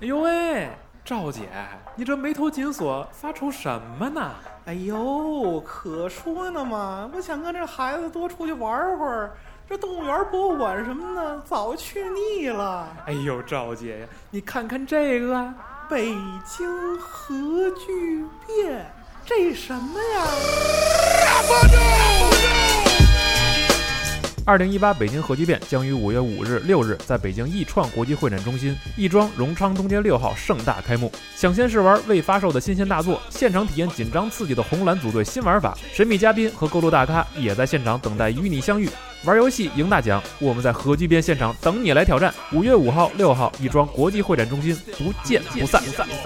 哎呦喂，赵姐，你这眉头紧锁，发愁什么呢？ 哎呦，可说呢嘛！我想跟这孩子多出去玩会儿，这动物园、博物馆什么的早去腻了。 哎呦，赵姐呀，你看看这个北京核聚变，这什么呀 ？2018北京核聚变将于5月5日、6日在北京易创国际会展中心亦庄荣昌东街6号盛大开幕。抢先试玩未发售的新鲜大作，现场体验紧张刺激的红蓝组队新玩法，神秘嘉宾和各路大咖也在现场等待与你相遇。玩游戏赢大奖，我们在核聚变现场等你来挑战。5月5号、6号亦庄国际会展中心，不见不散。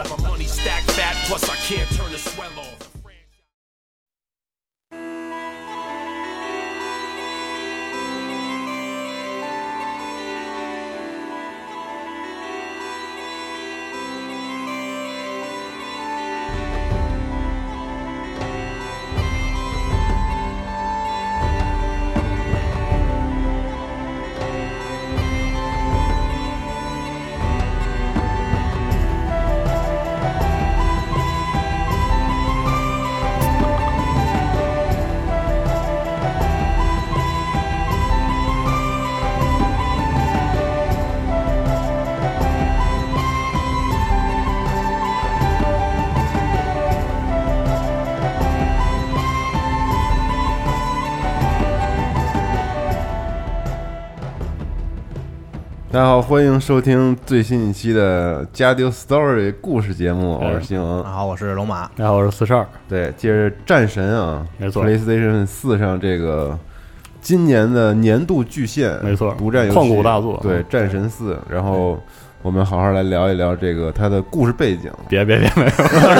大家好，欢迎收听最新一期的《加丢 Story》故事节目，我是新王。 好，我是龙马。 大家好，我是42。 对，接着战神啊， 没错 ，PlayStation 4上这个今年的年度巨献， 没错， 独占游戏， 旷古大作， 对，战神4。然后我们好好来聊一聊这个它的故事背景。 别，没有，不是，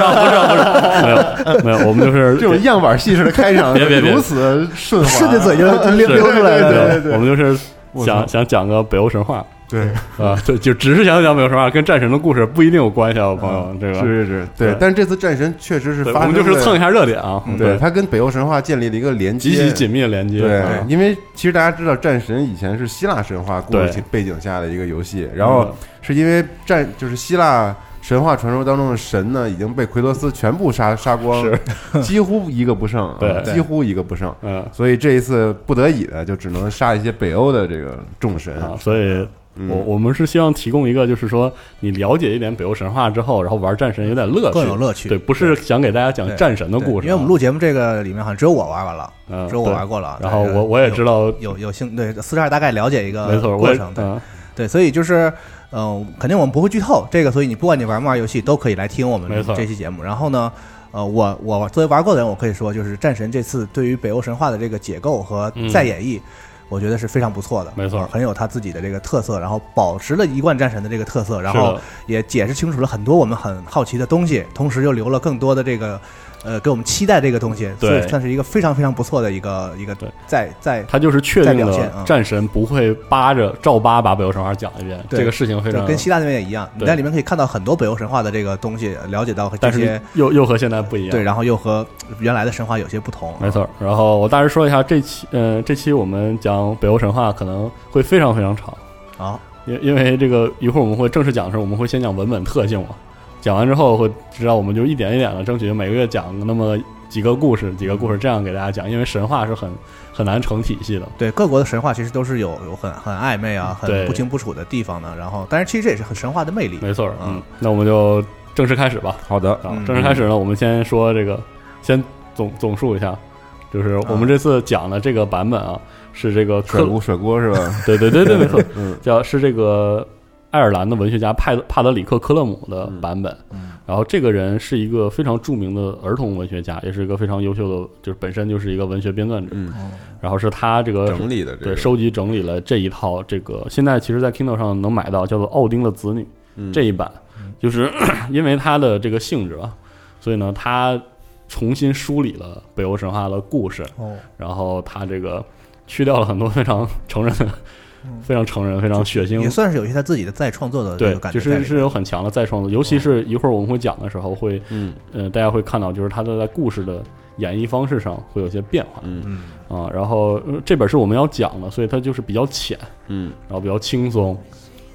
没有，我们就是这种样板戏式的开场， 别如此顺滑， 顺着嘴就溜出来了。 对， 我们就是想讲个北欧神话。 对啊，对，就只是想讲北欧神话，跟战神的故事不一定有关系啊，朋友。这个是，对。但是这次战神确实是发生， 我们就是蹭一下热点啊。 对，它跟北欧神话建立了一个连接， 极其紧密的连接。 对，因为其实大家知道，战神以前是希腊神话故事背景下的一个游戏，然后是因为就是希腊神话传说当中的神呢，已经被奎托斯全部杀光，几乎一个不剩， 对， 几乎一个不剩。所以这一次不得已的，就只能杀一些北欧的这个众神啊。所以我们是希望提供一个，就是说你了解一点北欧神话之后，然后玩战神有点乐趣， 更有乐趣。 对，不是想给大家讲战神的故事， 因为我们录节目这个里面好像只有我玩完了，只有我玩过了。 然后我也知道有幸对42大概了解一个没错过程，对，所以就是肯定我们不会剧透这个，所以你不管你玩不玩游戏都可以来听我们这期节目。然后呢，我作为玩过的人，我可以说就是战神这次对于北欧神话的这个解构和再演绎。我觉得是非常不错的， 没错， 很有他自己的这个特色，然后保持了一贯战神的这个特色，然后也解释清楚了很多我们很好奇的东西，同时又留了更多的这个给我们期待这个东西，所以算是一个非常非常不错的一个在他就是确定了战神不会照扒把北欧神话讲一遍，这个事情非常跟希腊那边也一样，你在里面可以看到很多北欧神话的这个东西，了解到这些， 但是又和现在不一样， 对，然后又和原来的神话有些不同， 没错。然后我大致说一下这期我们讲北欧神话可能会非常非常长啊， 因为这个一会儿我们会正式讲的时候，我们会先讲文本特性嘛。讲完之后会知道，我们就一点一点的争取每个月讲那么几个故事这样给大家讲，因为神话是很难成体系的。 对，各国的神话其实都是有很暧昧啊，很不清不楚的地方的。然后，但是其实这也是很神话的魅力。 没错，那我们就正式开始吧。 好的， 正式开始呢，我们先说这个，先总述一下，就是我们这次讲的这个版本啊，是这个甩锅是吧？ 对，没错，是这个。爱尔兰的文学家帕德里克·科勒姆的版本，然后这个人是一个非常著名的儿童文学家，也是一个非常优秀的，就是本身就是一个文学编撰者。然后是他这个整理的对收集整理了这一套，这个现在其实在 Kindle 上能买到，叫做《奥丁的子女》这一版，就是因为他的这个性质啊，所以呢他重新梳理了北欧神话的故事，然后他这个去掉了很多非常成人的。非常成人，非常血腥， 也算是有一些他自己的再创作的这个感觉， 就是有很强的再创作，尤其是一会儿我们会讲的时候会，大家会看到，就是他在故事的演绎方式上会有些变化，然后这本是我们要讲的，所以它就是比较浅，然后比较轻松，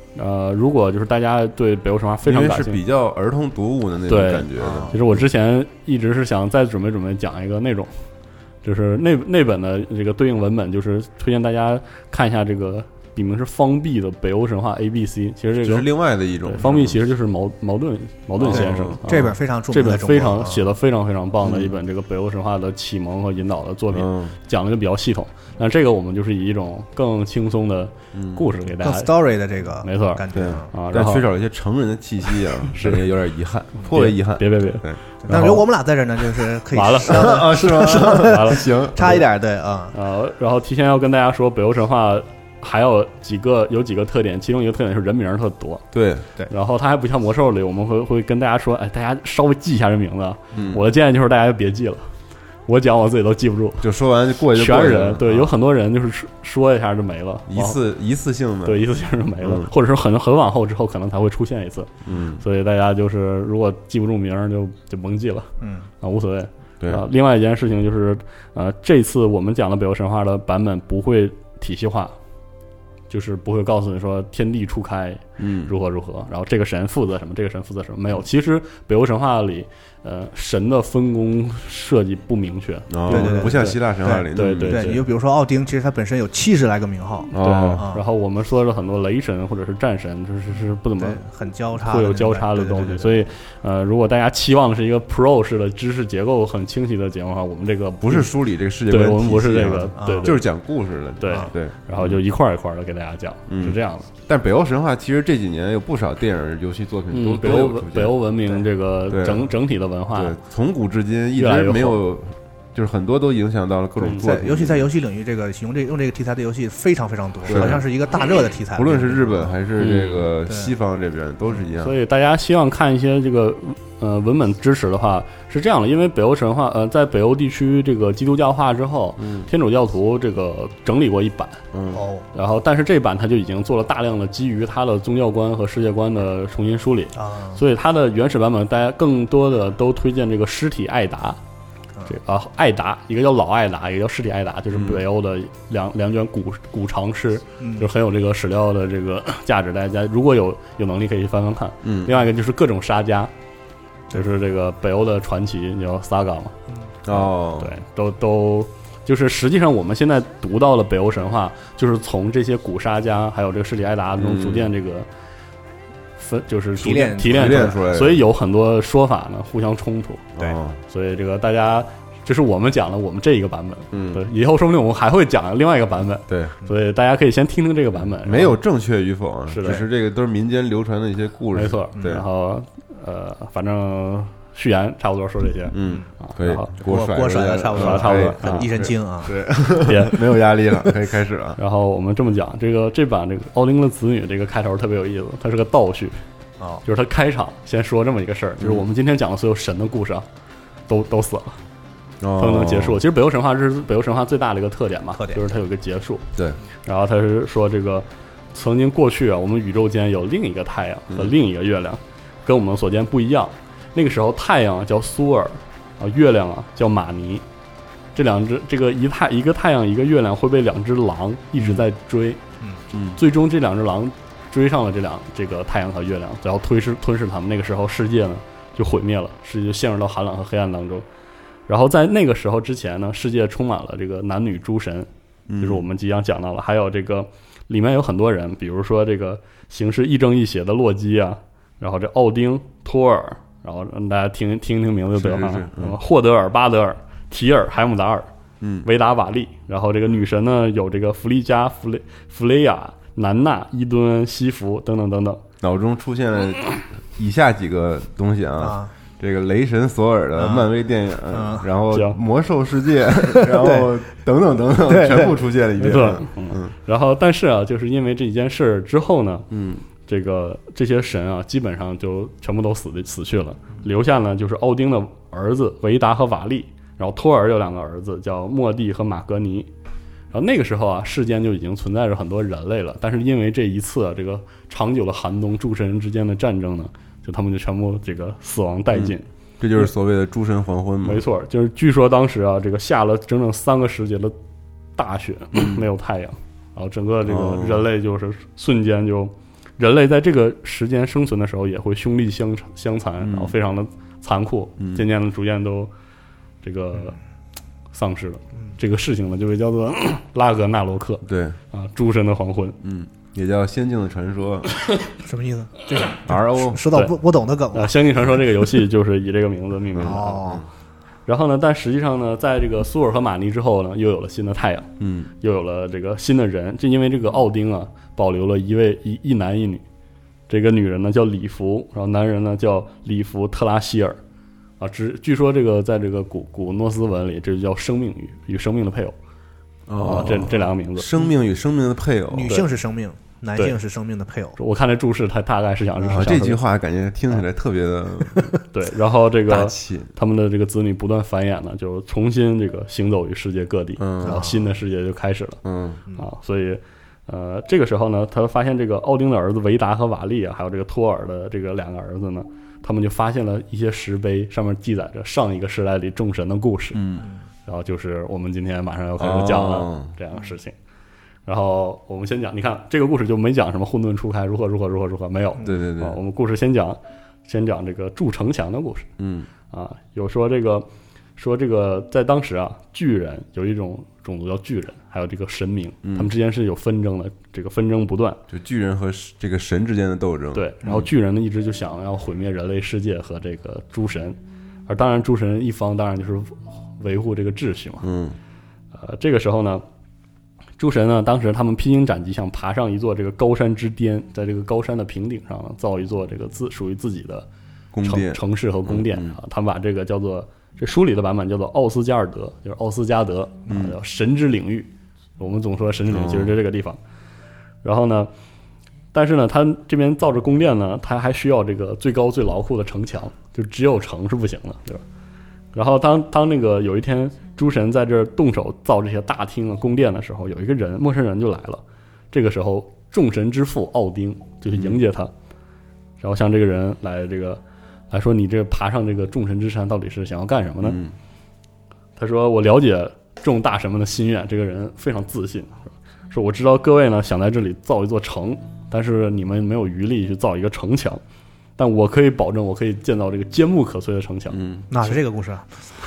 如果就是大家对北欧神话非常感兴趣， 是比较儿童读物的那种感觉的。 其实我之前一直是想再准备讲一个那种，就是那本的这个对应文本，就是推荐大家看一下这个笔名是方弼的《北欧神话 ABC》。其实这个是另外的一种， 方弼其实就是毛盾先生。 这本非常著名的， 这本非常写的非常非常棒的一本这个北欧神话的启蒙和引导的作品，讲的就比较系统。但这个我们就是以一种更轻松的故事给大家 ，story 的这个没错感觉啊，但缺少一些成人的气息啊，是有点遗憾，颇为遗憾。 别， 那有我们俩在这呢，就是可以完了啊，是吗？ 完了， 行， 差一点，对啊， 然后提前要跟大家说，北欧神话还有几个特点，其中一个特点是人名特多， 对， 然后它还不像魔兽里，我们会跟大家说，哎，大家稍微记一下这名字。我的建议就是大家别记了。我讲我自己都记不住， 就说完就过去， 全是人。对，有很多人就是说一下就没了， 一次性的， 对，一次性就没了，或者是很往后之后可能才会出现一次。所以大家就是如果记不住名就甭记了，无所谓。 对啊，另外一件事情就是这次我们讲的北欧神话的版本不会体系化，就是不会告诉你说天地初开，如何，然后这个神负责什么，这个神负责什么，没有。其实北欧神话里，神的分工设计不明确， 对， 不像希腊神话里， 对。 你就比如说奥丁，其实他本身有70来个名号， 对。然后我们说了很多雷神或者是战神，是不怎么很交叉， 会有交叉的东西。所以，如果大家期望的是一个 Pro 式的知识结构很清晰的节目的话，我们这个不是梳理这个世界观， 对，我们不是这个，对， 就是讲故事的， 对。然后就一块一块的给大家讲，是这样的。 但北欧神话其实这几年有不少电影、游戏作品都有北欧文明这个整体的文化， 对，从古至今一直没有，就是很多都影响到了各种作品， 尤其在游戏领域，这个用这个题材的游戏非常非常多，好像是一个大热的题材。 不论是日本还是这个西方这边都是一样。 所以大家希望看一些这个文本支持的话是这样的，因为北欧神话在北欧地区这个基督教化之后，天主教徒这个整理过一版，然后但是这版它就已经做了大量的基于它的宗教观和世界观的重新梳理所以它的原始版本大家更多的都推荐这个尸体艾达。艾达，一个叫老艾达，一个叫尸体艾达，就是北欧的两卷古长诗，就很有这个史料的这个价值。大家如果有能力可以翻翻看。另外一个就是各种沙家，就是这个北欧的传奇叫 Saga 嘛。对，都就是实际上我们现在读到了北欧神话，就是从这些古沙家还有这个尸体艾达中逐渐这个。就是提炼出来， 所以有很多说法呢互相冲突。 对， 所以这个大家，这是我们讲了我们这一个版本。对，以后说不定我们还会讲另外一个版本。 对， 所以大家可以先听听这个版本， 没有正确与否啊， 是的， 只是这个都是民间流传的一些故事。 没错， 对。 然后反正序言差不多说这些。 可以， 锅甩的差不多，一身轻啊。 对，别没有压力了，可以开始了。 然后我们这么讲，这版这个奥丁的子女这个开头特别有意思，它是个倒叙。就是他开场先说这么一个事儿，就是我们今天讲的所有神的故事啊，都死了，都能结束。其实北欧神话是北欧神话最大的一个特点嘛，就是它有一个结束。 对， 然后他是说这个曾经过去啊，我们宇宙间有另一个太阳和另一个月亮，跟我们所见不一样。那个时候太阳叫苏尔，月亮啊叫马尼。这两只这个一个太阳一个月亮会被两只狼一直在追，最终这两只狼追上了这个太阳和月亮，然后吞噬他们。那个时候世界呢就毁灭了，世界就陷入到寒冷和黑暗当中。然后在那个时候之前呢，世界充满了这个男女诸神，就是我们即将讲到了，还有这个里面有很多人，比如说这个行事亦正亦邪的洛基啊，然后这奥丁、托尔，然后让大家听名字就得了，霍德尔、巴德尔、提尔、海姆达尔、维达瓦利。然后这个女神呢有这个弗利加、弗雷亚、南娜、伊敦、西弗等等等等。 脑中出现了以下几个东西啊，这个雷神索尔的漫威电影，然后魔兽世界，然后等等等等，全部出现了一遍。 然后但是啊，就是因为这件事之后呢，这些神啊，基本上就全部都死去了，留下呢就是奥丁的儿子维达和瓦利，然后托尔有两个儿子叫莫蒂和马格尼。然后那个时候啊，世间就已经存在着很多人类了，但是因为这一次啊，这个长久的寒冬，诸神之间的战争呢，就他们就全部这个死亡殆尽。 这就是所谓的诸神黄昏嘛。 没错，就是据说当时啊，这个下了整整3个时节的大雪，没有太阳，然后整个这个人类就是瞬间就人类在这个时间生存的时候也会兄弟相残，然后非常的残酷，渐渐的逐渐都这个丧失了。这个事情呢就被叫做拉格纳罗克， 对啊，诸神的黄昏， 也叫仙境的传说。 什么意思？这个 RO 说到不懂的梗啊，仙境传说这个游戏就是以这个名字命名的。 哦， 然后呢，但实际上呢，在这个苏尔和玛丽之后呢，又有了新的太阳，又有了这个新的人。就因为这个奥丁啊，保留了一男一女，这个女人呢叫里弗，然后男人呢叫里弗特拉希尔。啊，据说这个在这个古诺斯文里，这就叫生命与生命的配偶。哦，这两个名字， 生命与生命的配偶， 女性是生命，男性是生命的配偶。 我看这注释，他大概是想这句话，感觉听起来特别的对。然后这个大气， 他们的这个子女不断繁衍呢，就重新这个行走于世界各地，然后新的世界就开始了。所以这个时候呢，他发现这个奥丁的儿子维达和瓦利啊，还有这个托尔的这个两个儿子呢，他们就发现了一些石碑，上面记载着上一个时代里众神的故事。然后就是我们今天马上要开始讲了这样的事情。然后我们先讲，你看这个故事就没讲什么混沌初开如何，没有。 对， 我们故事先讲这个筑城墙的故事。有说这个在当时啊，巨人有一种种族叫巨人，还有这个神明，他们之间是有纷争的，这个纷争不断， 就巨人和这个神之间的斗争。 对，然后巨人呢一直就想要毁灭人类世界和这个诸神，而当然诸神一方当然就是维护这个秩序嘛。这个时候呢，诸神呢当时他们披荆斩棘，想爬上一座这个高山之巅，在这个高山的平顶上呢造一座这个属于自己的城市和宫殿啊。他们把这个叫做，这书里的版本叫做奥斯加尔德，就是奥斯加德叫神之领域。我们总说神之领域其实是这个地方。然后呢，但是呢他这边造着宫殿呢，他还需要这个最高最牢固的城墙，就只有城是不行的，对吧？然后当那个有一天诸神在这动手造这些大厅宫殿的时候，有一个人陌生人就来了。这个时候众神之父奥丁就去迎接他，然后向这个人来说，你这爬上这个众神之山到底是想要干什么呢？他说我了解众大神们的心愿。这个人非常自信，说我知道各位呢想在这里造一座城，但是你们没有余力去造一个城墙，但我可以保证我可以建造这个坚不可摧的城墙。 哪是这个故事啊？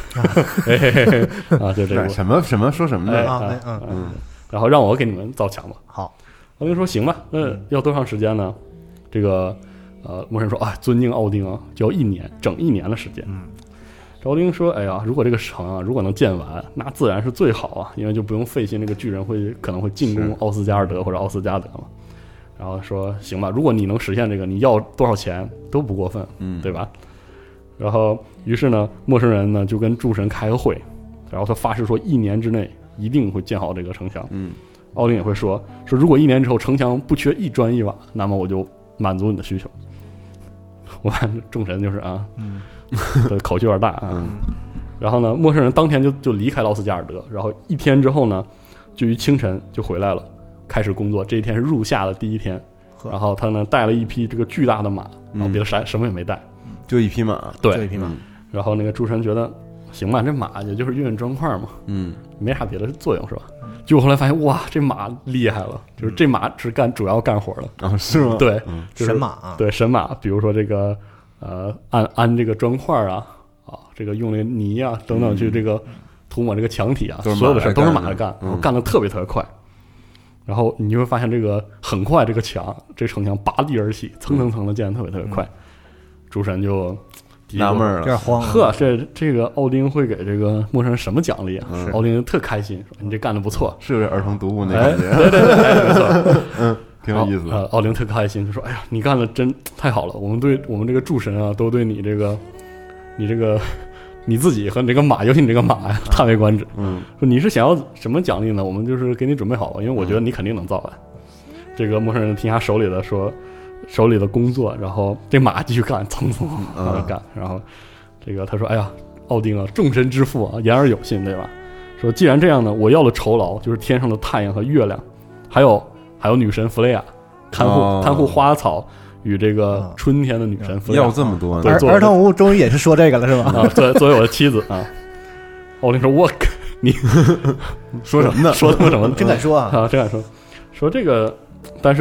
就这个什么说什么的然后让我给你们造墙吧。 好， 奥丁说行吧，那要多长时间呢？这个魔神说尊敬奥丁啊，就要整一年的时间。奥丁说哎呀，如果这个城啊如果能建完，那自然是最好啊，因为就不用费心，这个巨人可能会进攻奥斯加尔德或者奥斯加德嘛。然后说行吧，如果你能实现这个，你要多少钱都不过分，对吧？然后于是呢，陌生人呢就跟诸神开个会，然后他发誓说1年之内一定会建好这个城墙。奥丁也会说如果1年之后城墙不缺一砖一瓦，那么我就满足你的需求。我看众神就是口气有点大啊。然后呢，陌生人当天就离开了奥斯加尔德，然后1天之后呢，就于清晨就回来了，开始工作。这一天是入夏的第一天，然后他呢带了一匹这个巨大的马，然后别的什么也没带， 就一匹马。 对， 就一匹马。 然后那个诸神觉得行吧，这马也就是运砖块嘛，没啥别的作用是吧？结果后来发现哇，这马厉害了，就是这马是主要干活的是吗？ 对， 神马啊， 对神马，比如说这个安这个砖块这个用那个泥啊等等去这个涂抹这个墙体啊，所有的事都是马来干，然后干得特别特别快。然后你就会发现这个很快，这个城墙拔地而起，层层层的建得特别特别快。诸神就纳闷了， 有点慌。 这个奥丁会给这个陌生人什么奖励啊？奥丁特开心，说你这干得不错， 是有点儿童读物那感觉。 对，没错， 挺有意思的。 奥丁特开心，就说：“哎呀，你干的真太好了！我们这个诸神啊，都对你这个你自己和你这个马，尤其你这个马呀，叹为观止。说你是想要什么奖励呢？我们就是给你准备好了，因为我觉得你肯定能造完。”这个陌生人停下手里的工作，然后这马继续干，蹭干。然后这个他说：“哎呀，奥丁啊，众神之父啊，言而有信，对吧？说既然这样呢，我要的酬劳就是天上的太阳和月亮，还有女神弗雷亚，看护花草与这个春天的女神弗雷亚。 要这么多呢？ 儿童屋终于也是说这个了，是吧？ 作为我的妻子啊。”奥丁说：“你说什么呢？ 说什么？ 真敢说啊！ 真敢说。说这个，但是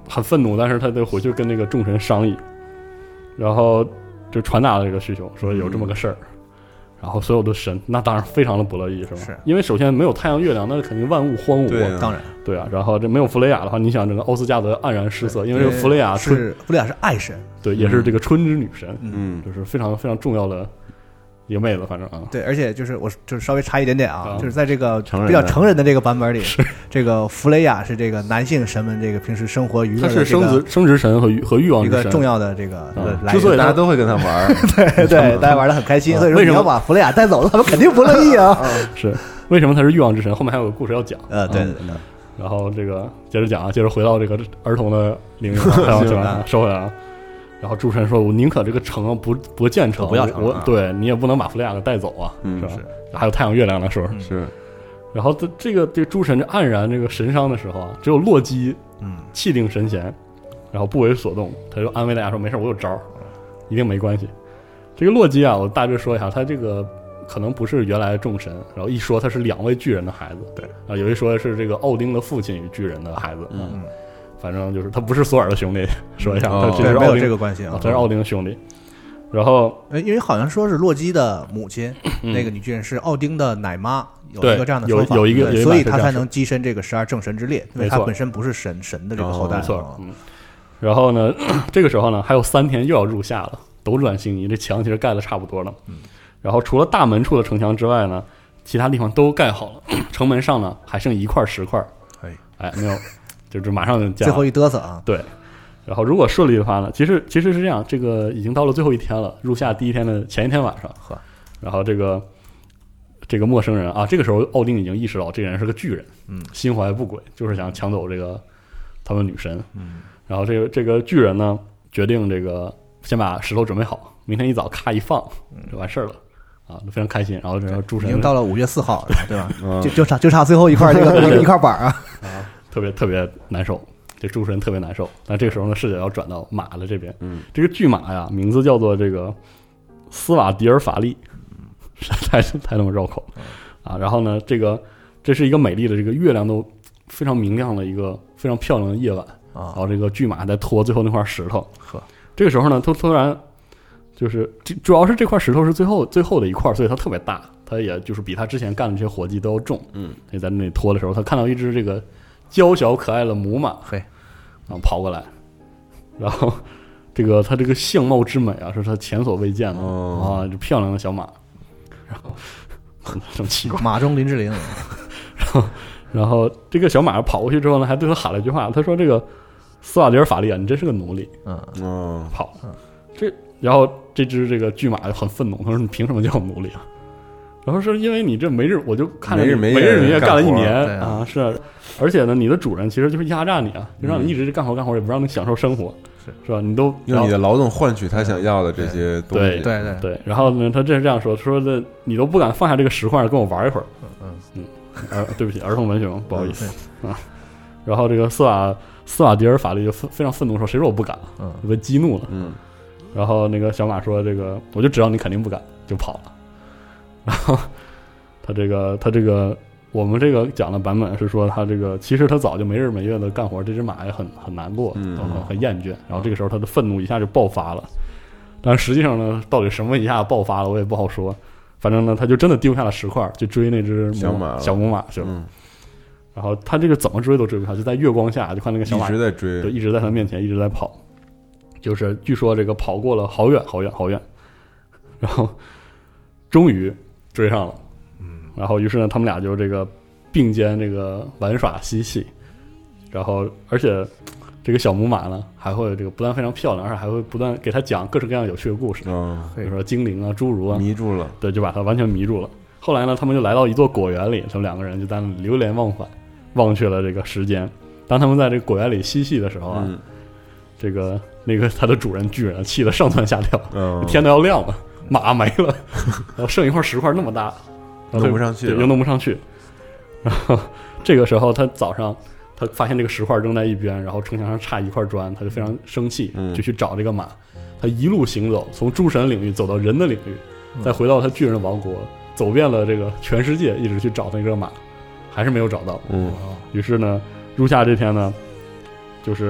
很愤怒，但是他就回去跟那个众神商议，然后就传达了这个需求，说有这么个事儿。然后所有的神那当然非常的不乐意，是吧？ 是因为首先没有太阳月亮，那肯定万物荒芜。 当然对啊。然后这没有弗雷亚的话，你想整个奥斯加德黯然失色，因为这个弗雷亚是爱神， 对，也是这个春之女神，就是非常非常重要的一个妹子，反正啊， 对，而且就是稍微差一点点啊，就是在这个比较成人的这个版本里，这个弗雷亚是这个男性神们这个平时生活娱乐的， 他是生殖神和欲望之神一个重要的这个， 之所以大家都会跟他玩， 对，大家玩的很开心，所以说你要把弗雷亚带走了，他们肯定不乐意啊。 是为什么他是欲望之神？后面还有个故事要讲。 对。 然后这个接着讲啊，接着回到这个儿童的领域，收回来啊。然后诸神说：“我宁可这个城不建成， 不要城， 对你也不能把弗雷亚给带走啊，是吧？还有太阳、月亮的时候是。 然后这个诸神黯然这个神伤的时候啊，只有洛基气定神闲，然后不为所动，他就安慰大家说：没事，我有招，一定没关系。这个洛基啊，我大致说一下，他这个可能不是原来众神，然后一说他是2位巨人的孩子， 对啊，有一说是这个奥丁的父亲与巨人的孩子，反正就是他不是索尔的兄弟，说一下，他其实没有这个关系啊， 他是奥丁的兄弟。然后， 因为好像说是洛基的母亲，那个女巨人是奥丁的奶妈，有一个这样的说法， 有一个， 所以他才能跻身这个12正神之列，因为他本身不是神的这个后代。 没错，然后呢，这个时候呢，还有3天又要入夏了，斗转星移，这墙其实盖的差不多了。然后除了大门处的城墙之外呢，其他地方都盖好了，城门上呢还剩1块石块，没有。就是马上就最后一嘚瑟啊， 对。然后如果顺利的话呢，其实是这样，这个已经到了最后一天了，入夏第一天的前一天晚上，然后这个陌生人啊，这个时候奥丁已经意识到这个人是个巨人，心怀不轨，就是想抢走这个他们女神，然后这个巨人呢决定这个先把石头准备好，明天一早咔一放就完事儿了。啊，非常开心。然后这个诸神已经到了5月4号，对吧？就差最后一块这个一块板啊， 特别难受。这诸神特别难受。但这个时候呢，视角要转到马的这边。这个巨马呀，名字叫做这个斯瓦迪尔法利，太那么绕口啊。然后呢，这是一个美丽的这个月亮都非常明亮的一个非常漂亮的夜晚啊。然后这个巨马在拖最后那块石头。这个时候呢，他突然。就是主要是这块石头是最后的一块，所以它特别大，它也就是比他之前干的这些活计都要重。所以在那里拖的时候，他看到一只这个娇小可爱的母马，然后跑过来，然后它这个相貌之美啊，是他前所未见的啊，就漂亮的小马，然后这么奇怪， 马中林志玲， 然后这个小马跑过去之后呢，还对他喊了一句话，他说：“这个斯瓦迪尔法利啊，你真是个奴隶。”跑，然后这只这个巨马就很愤怒，他说：“你凭什么叫我奴隶啊？”然后说：“因为你这没日，我就看着没日没夜干了1年啊，是，而且呢，你的主人其实就是压榨你啊，就让你一直干活，也不让你享受生活，是吧？你都用你的劳动换取他想要的这些东西。” 对。然后呢，他这是这样说的，你都不敢放下这个石块跟我玩一会儿。对不起，儿童文学，不好意思啊。然后这个斯瓦迪尔法利就非常愤怒说：“谁说我不敢？”就被激怒了。然后那个小马说：“这个我就知道你肯定不敢，就跑了。”然后他这个我们这个讲的版本是说他这个其实他早就没日没夜的干活，这只马也很难过，很厌倦。然后这个时候他的愤怒一下就爆发了，但实际上呢，到底什么一下爆发了，我也不好说。反正呢，他就真的丢下了石块，去追那只小母马去了。然后他这个怎么追都追不上，就在月光下就看那个小马一直在追， 对，一直在他面前一直在跑。就是据说这个跑过了好远，然后终于追上了，然后于是呢，他们俩就这个并肩这个玩耍嬉戏，然后而且这个小母马呢还会这个不但非常漂亮，而且还会不断给他讲各式各样有趣的故事，比如说精灵啊、侏儒啊， 迷住了， 对，就把他完全迷住了。后来呢，他们就来到一座果园里，他们2个人就在那流连忘返，忘却了这个时间。当他们在这个果园里嬉戏的时候啊，那个他的主人巨人气得上蹿下跳，天都要亮了，马没了，然后剩一块石块那么大， 弄不上去， 又弄不上去。然后这个时候他早上他发现这个石块扔在一边，然后城墙上差一块砖，他就非常生气，就去找这个马。他一路行走，从诸神领域走到人的领域，再回到他巨人的王国，走遍了这个全世界，一直去找那个马，还是没有找到。于是呢，入夏这天呢，就是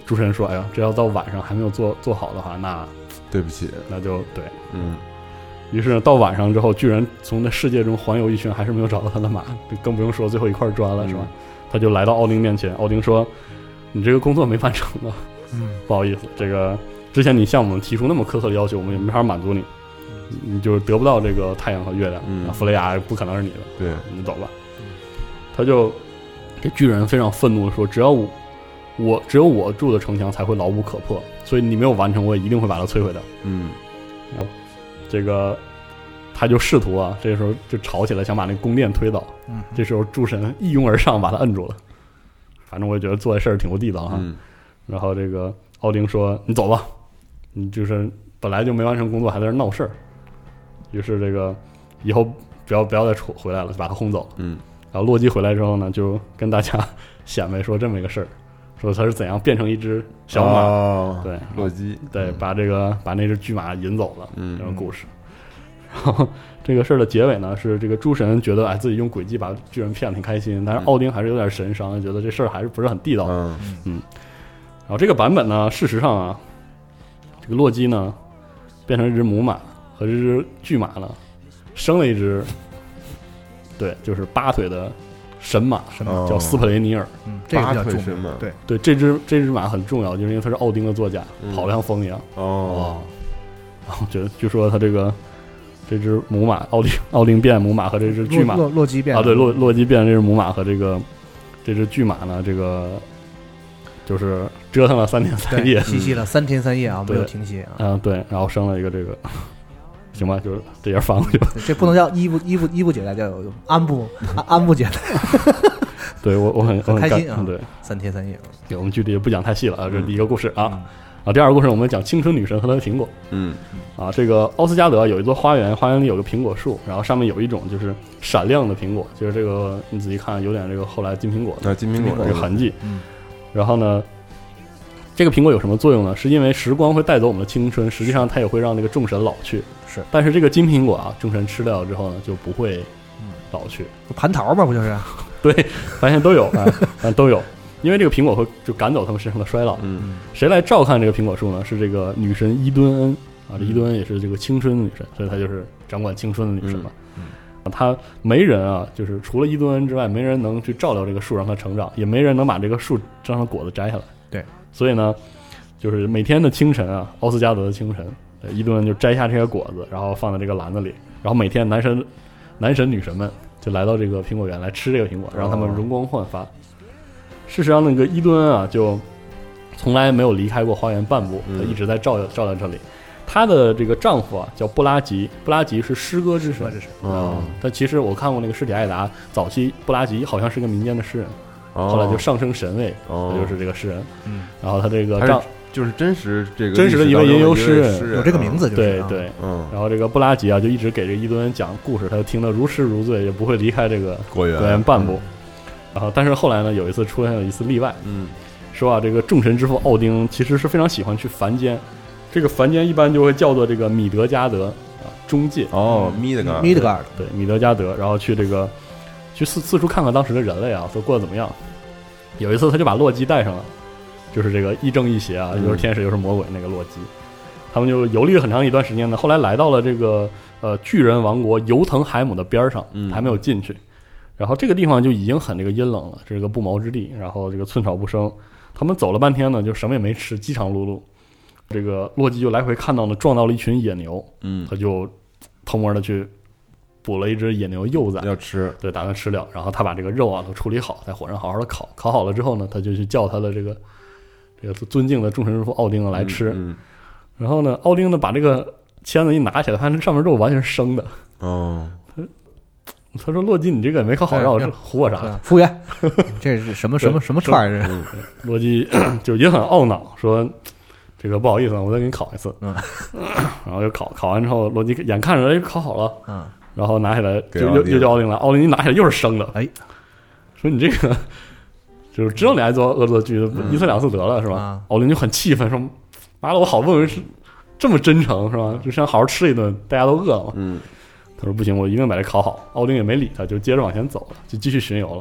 诸神说：“哎呀，这要到晚上还没有做好的话，那对不起， 那就对。”于是呢，到晚上之后，巨人从那世界中环游一圈，还是没有找到他的马，更不用说最后一块砖了，是吧？他就来到奥丁面前，奥丁说：“你这个工作没完成啊，不好意思，这个之前你向我们提出那么苛刻的要求，我们也没法满足你，你就得不到这个太阳和月亮，弗雷亚不可能是你的， 对， 你走吧。”他就这巨人非常愤怒的说：“只有我住的城墙才会牢不可破，所以你没有完成，我也一定会把它摧毁的。”然后这个他就试图啊，这个时候就吵起来，想把那宫殿推倒。这时候诸神一拥而上，把他摁住了。反正我也觉得做这事儿挺不地道哈。然后这个奥丁说：“你走吧，你就是本来就没完成工作，还在这闹事儿。”于是这个以后不要再回来了，就把他轰走。然后洛基回来之后呢，就跟大家显摆说这么一个事儿，说他是怎样变成一只小马。对， 洛基对，把那只巨马引走了。这个故事。然后这个事儿的结尾呢，是这个诸神觉得自己用诡计把巨人骗了挺开心，但是奥丁还是有点神伤，觉得这事儿还是不是很地道。然后这个版本呢，事实上啊，这个洛基呢变成一只母马和这只巨马呢生了一只，对，就是8腿的神马，叫斯普雷尼尔。 这个比较重要。 对，这只马很重要，就是因为它是奥丁的座驾，跑得像风一样。然后据说他这只母马奥丁变母马和这只巨马洛基变对，洛基变这只母马和这只巨马呢，这个就是折腾了3天3夜， 嬉戏了3天3夜啊，没有停歇啊。对，然后生了一个这个，行吧，就是这样放过去吧。 这不能叫伊布姐来，叫安布姐来。 对我很开心啊。 对 ，3天3夜。 对，我们具体也不讲太细了啊，这是第一个故事啊。第二个故事我们讲青春女神和她的苹果。这个奥斯加德有一座花园，花园里有个苹果树，然后上面有一种就是闪亮的苹果，就是这个你仔细看有点这个后来金苹果的金苹果这个痕迹。然后呢，这个苹果有什么作用呢？是因为时光会带走我们的青春，实际上它也会让那个众神老去。 是， 但是这个金苹果啊，众神吃掉之后呢，就不会老去。 蟠桃嘛，不就是？ 对，发现都有都有。因为这个苹果会就赶走他们身上的衰老。谁来照看这个苹果树呢？是这个女神伊敦恩啊，这伊敦恩也是这个青春的女神，所以她就是掌管青春的女神嘛。她没人啊，就是除了伊敦恩之外，没人能去照料这个树让它成长，也没人能把这个树让它果子摘下来。 对， 所以呢，就是每天的清晨啊，奥斯加德的清晨，伊敦恩就摘下这些果子，然后放在这个篮子里，然后每天男神女神们就来到这个苹果园来吃这个苹果，让他们容光焕发。事实上，那个伊敦恩啊，就从来没有离开过花园半步，他一直在照料这里。她的这个丈夫啊，叫布拉吉，布拉吉是诗歌之神。但其实我看过那个《尸体艾达》，早期布拉吉好像是个民间的诗人，后来就上升神位，他就是这个诗人。然后他这个就是真实的一位吟游诗人， 有这个名字， 对。然后这个布拉吉啊，就一直给这个伊敦恩讲故事，他就听得如痴如醉，也不会离开这个果园半步。然后，但是后来呢，有一次出现了一次例外，说啊，这个众神之父奥丁其实是非常喜欢去凡间，这个凡间一般就会叫做这个米德加德啊，中介米德加对，米德加德，然后去四处看看当时的人类啊，说过得怎么样。有一次他就把洛基带上了，就是这个亦正亦邪啊，又是天使又是魔鬼那个洛基，他们就游历了很长一段时间呢，后来来到了这个巨人王国尤腾海姆的边上，还没有进去。然后这个地方就已经很这个阴冷了，这个不毛之地，然后这个寸草不生。他们走了半天呢，就什么也没吃，饥肠辘辘。这个洛基就来回看到了，撞到了一群野牛，他就偷摸的去捕了一只野牛幼崽， 要吃， 对，打算吃掉。然后他把这个肉啊都处理好，在火上好好的烤好了之后呢，他就去叫他的这个尊敬的众神之父奥丁来吃。然后呢，奥丁呢把这个签子一拿起来，发现上面肉完全是生的。他说：“洛基，你这个也没烤好，让我唬我啥？” 服务员，这是什么串儿？这洛基就也很懊恼，说：“这个不好意思，我再给你烤一次。”然后就烤完之后，洛基眼看着烤好了，然后拿起来就又叫奥丁来，奥丁一拿起来又是生的，说你这个就是知道你爱做恶作剧，一次两次得了是吧？奥丁就很气愤，说：“妈的，我好不容易是这么真诚是吧？就想好好吃一顿，大家都饿了嘛。”他说不行，我一定把这烤好。奥丁也没理他，就接着往前走了，就继续巡游了。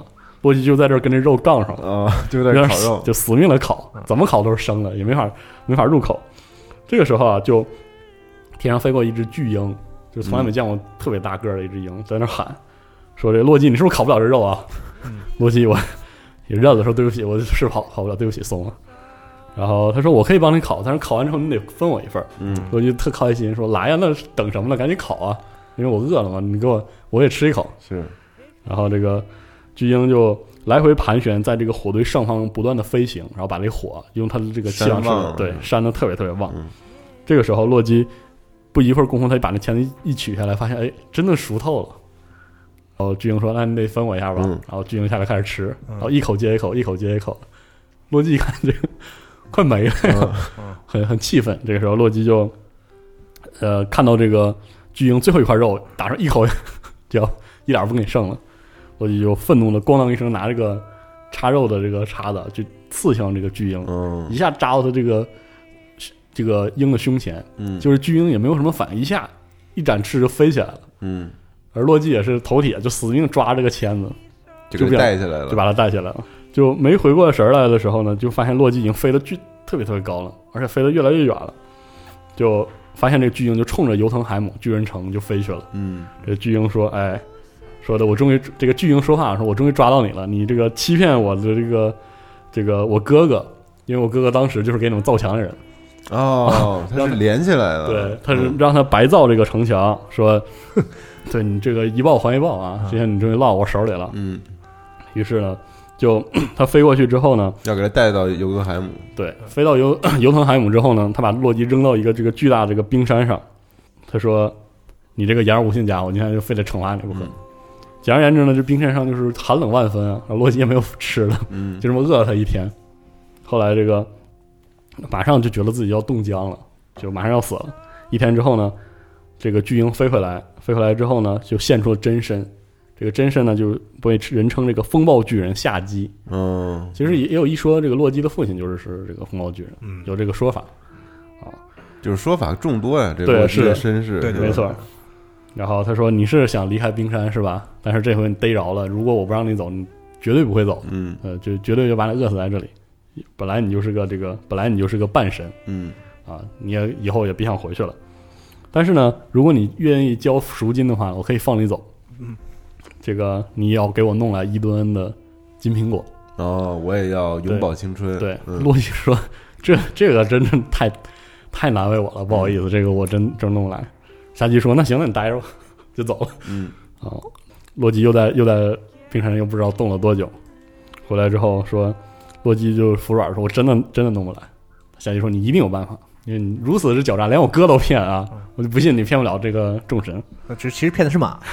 洛基就在这儿跟这肉杠上了就在这烤肉， 就死命的烤，怎么烤都是生的，也没法入口。这个时候啊，就天上飞过一只巨鹰，就从来没见过特别大个的一只鹰，在那喊说：“这洛基，你是不是烤不了这肉啊？”洛基我也认了，说：“对不起，我是烤不了，对不起，松了。”然后他说：“我可以帮你烤，但是烤完之后你得分我一份。”洛基特开心说：“来呀，那等什么呢？赶紧烤啊！因为我饿了嘛，你给我也吃一口。” 是。然后这个巨鹰就来回盘旋，在这个火堆上方不断的飞行，然后把这火用它的这个气量扇得特别特别旺。这个时候洛基不一会儿功夫，他就把那钳子一取下来，发现哎，真的熟透了。然后巨鹰说：“那你得分我一下吧。”然后巨鹰下来开始吃，然后一口接一口，一口接一口。洛基一看这个快没了，很气愤。这个时候洛基就看到这个巨鹰最后一块肉打上一口就要一点不给你剩了，洛基就愤怒的咣当一声拿这个插肉的这个叉子就刺向这个巨鹰，一下扎到他这个鹰的胸前，就是巨鹰也没有什么反应，一下一展翅就飞起来了，而洛基也是头铁就死命抓这个钳子， 就给带起来了， 就把它带起来了。就没回过神来的时候呢，就发现洛基已经飞得特别特别高了，而且飞得越来越远了，就发现这个巨鹰就冲着尤腾海姆巨人城就飞去了。这巨鹰说：“哎，说的我终于这个巨鹰说话说，我终于抓到你了，你这个欺骗我的这个我哥哥，因为我哥哥当时就是给你们造墙的人。” 他是连起来了。 对，他是让他白造这个城墙，说，对你这个一报还一报啊，今天你终于落我手里了。于是呢，就他飞过去之后呢， 要给他带到尤格海姆。 对，飞到尤腾海姆之后呢，他把洛基扔到一个这个巨大的这个冰山上。他说：“你这个言而无信家伙，你现在就非得惩罚你不可。”简而言之呢，这冰山上就是寒冷万分啊，洛基也没有吃的，就这么饿了他一天。后来这个马上就觉得自己要冻僵了，就马上要死了。一天之后呢，这个巨鹰飞回来之后呢，就现出了真身。这个真身呢，就被人称这个风暴巨人夏基。其实也有一说，这个洛基的父亲是这个风暴巨人，有这个说法啊， 就是说法众多呀。这个洛基的身世， 对，没错。然后他说：“你是想离开冰山是吧？但是这回你逮着了，如果我不让你走，你绝对不会走。就绝对就把你饿死在这里。本来你就是个半神，你也以后也别想回去了。但是呢，如果你愿意交赎金的话，我可以放你走。这个你要给我弄来伊顿恩的金苹果。 我也要永葆青春。 对，洛基说这个真的太难为我了，不好意思，这个我真弄不来。夏基说：“那行，那你待着吧。”就走了。洛基又在冰山上又不知道冻了多久，回来之后说，洛基就服软说：“我真的弄不来。”夏基说：“你一定有办法，因为你如此之狡诈，连我哥都骗啊！我就不信你骗不了这个众神。” 其实骗的是马。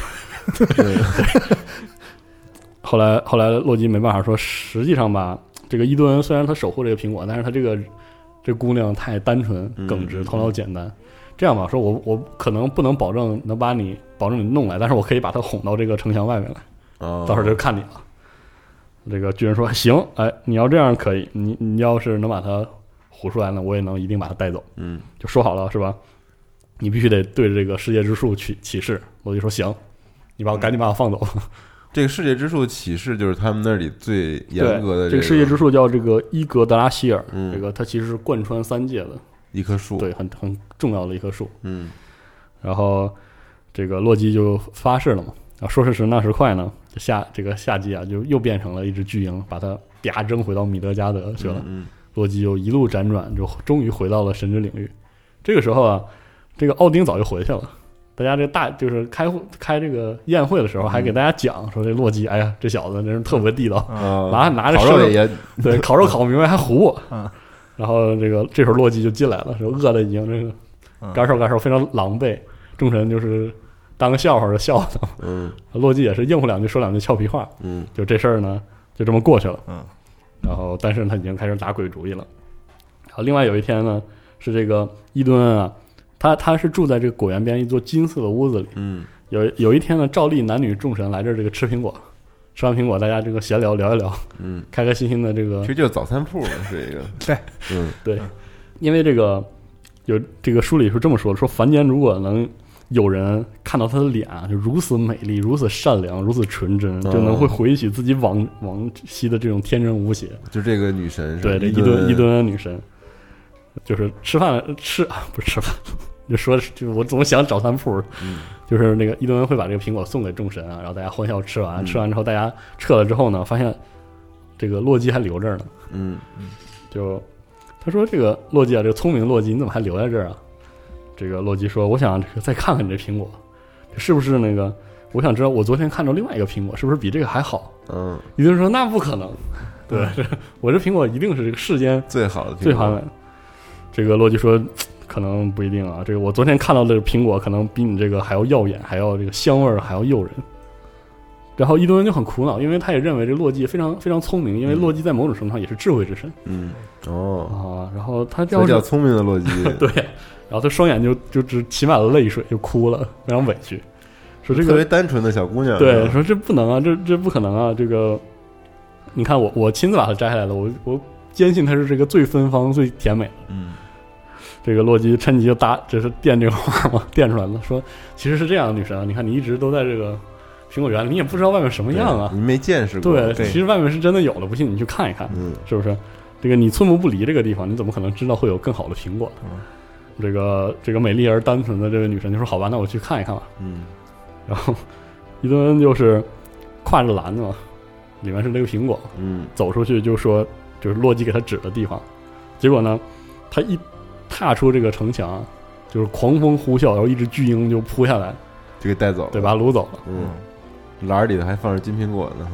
后来洛基没办法说，实际上吧，这个伊顿恩虽然他守护这个苹果，但是他这姑娘太单纯耿直，头脑简单。这样吧，说我可能不能保证你弄来，但是我可以把他哄到这个城墙外面来，到时候就看你了。这个巨人说：“行，哎，你要这样可以，你要是能把他唬出来呢，我也能一定把他带走。”就说好了是吧？你必须得对着这个世界之树起誓。洛基说：“行，你赶紧把我放走。” 这个世界之树起誓就是他们那里最严格的。 这个世界之树叫这个伊格德拉希尔，这个它其实是贯穿三界的一棵树， 对，很重要的一棵树。然后这个洛基就发誓了嘛，说时迟那时快呢，这个夏季啊，就又变成了一只巨鹰，把它啪扔回到米德加德去了。洛基就一路辗转，就终于回到了神之领域。这个时候啊，这个奥丁早就回去了。大家就是开这个宴会的时候，还给大家讲说这洛基，哎呀，这小子真是特别地道，拿着烤肉也对，烤肉烤不明白还唬我。然后这时候洛基就进来了，说饿的已经这个干瘦非常狼狈，众神就是当个笑话就笑他。洛基也是应付两句说两句俏皮话。就这事儿呢就这么过去了。然后但是他已经开始打鬼主意了。然后另外有一天呢，是这个伊顿恩啊，他是住在这个果园边一座金色的屋子里。有一天呢，照例男女众神来这儿这个吃苹果，吃完苹果大家这个闲聊一聊，开开心心的这个， 其实就是早餐铺嘛，是一个对， 对，因为这个有这个书里是这么说的，说凡间如果能有人看到她的脸啊，就如此美丽，如此善良，如此纯真，就能会回忆起自己往昔的这种天真无邪。 就这个女神， 对，这伊顿女神，就是不是吃饭，就说我总想找餐铺，就是那个伊顿会把这个苹果送给众神啊，然后大家欢笑吃完之后，大家撤了之后呢，发现这个洛基还留这儿呢。就他说这个洛基啊，这个聪明洛基，你怎么还留在这儿啊？这个洛基说，我想这个再看看你这苹果，是不是那个？我想知道我昨天看到另外一个苹果是不是比这个还好？伊顿说那不可能，对，我这苹果一定是这个世间最好的最好的。这个洛基说可能不一定啊，这个我昨天看到的苹果可能比你这个还要耀眼，还要这个香味还要诱人。然后伊顿就很苦恼，因为他也认为这洛基非常非常聪明，因为洛基在某种程度上也是智慧之神。然后他叫聪明的洛基， 对，然后他双眼就只起满了泪水，就哭了，非常委屈，说这个特别单纯的小姑娘， 对，说这不能啊，这不可能啊，这个你看我亲自把它摘下来了，我坚信它是这个最芬芳最甜美的。这个洛基趁机就这是电这个话嘛，电出来了，说其实是这样的，女神啊，你看你一直都在这个苹果园，你也不知道外面什么样啊， 你没见识过。 对，其实外面是真的有的，不信你去看一看，是不是？这个你寸步不离这个地方，你怎么可能知道会有更好的苹果？这个美丽而单纯的这位女神就说：“好吧，那我去看一看吧。”然后伊顿就是挎着篮子嘛，里面是这个苹果，走出去就说，就是洛基给他指的地方，结果呢，他一踏出这个城墙，就是狂风呼啸，然后一只巨鹰就扑下来， 就给带走了， 对，把他掳走了。 篮里头还放着金苹果呢，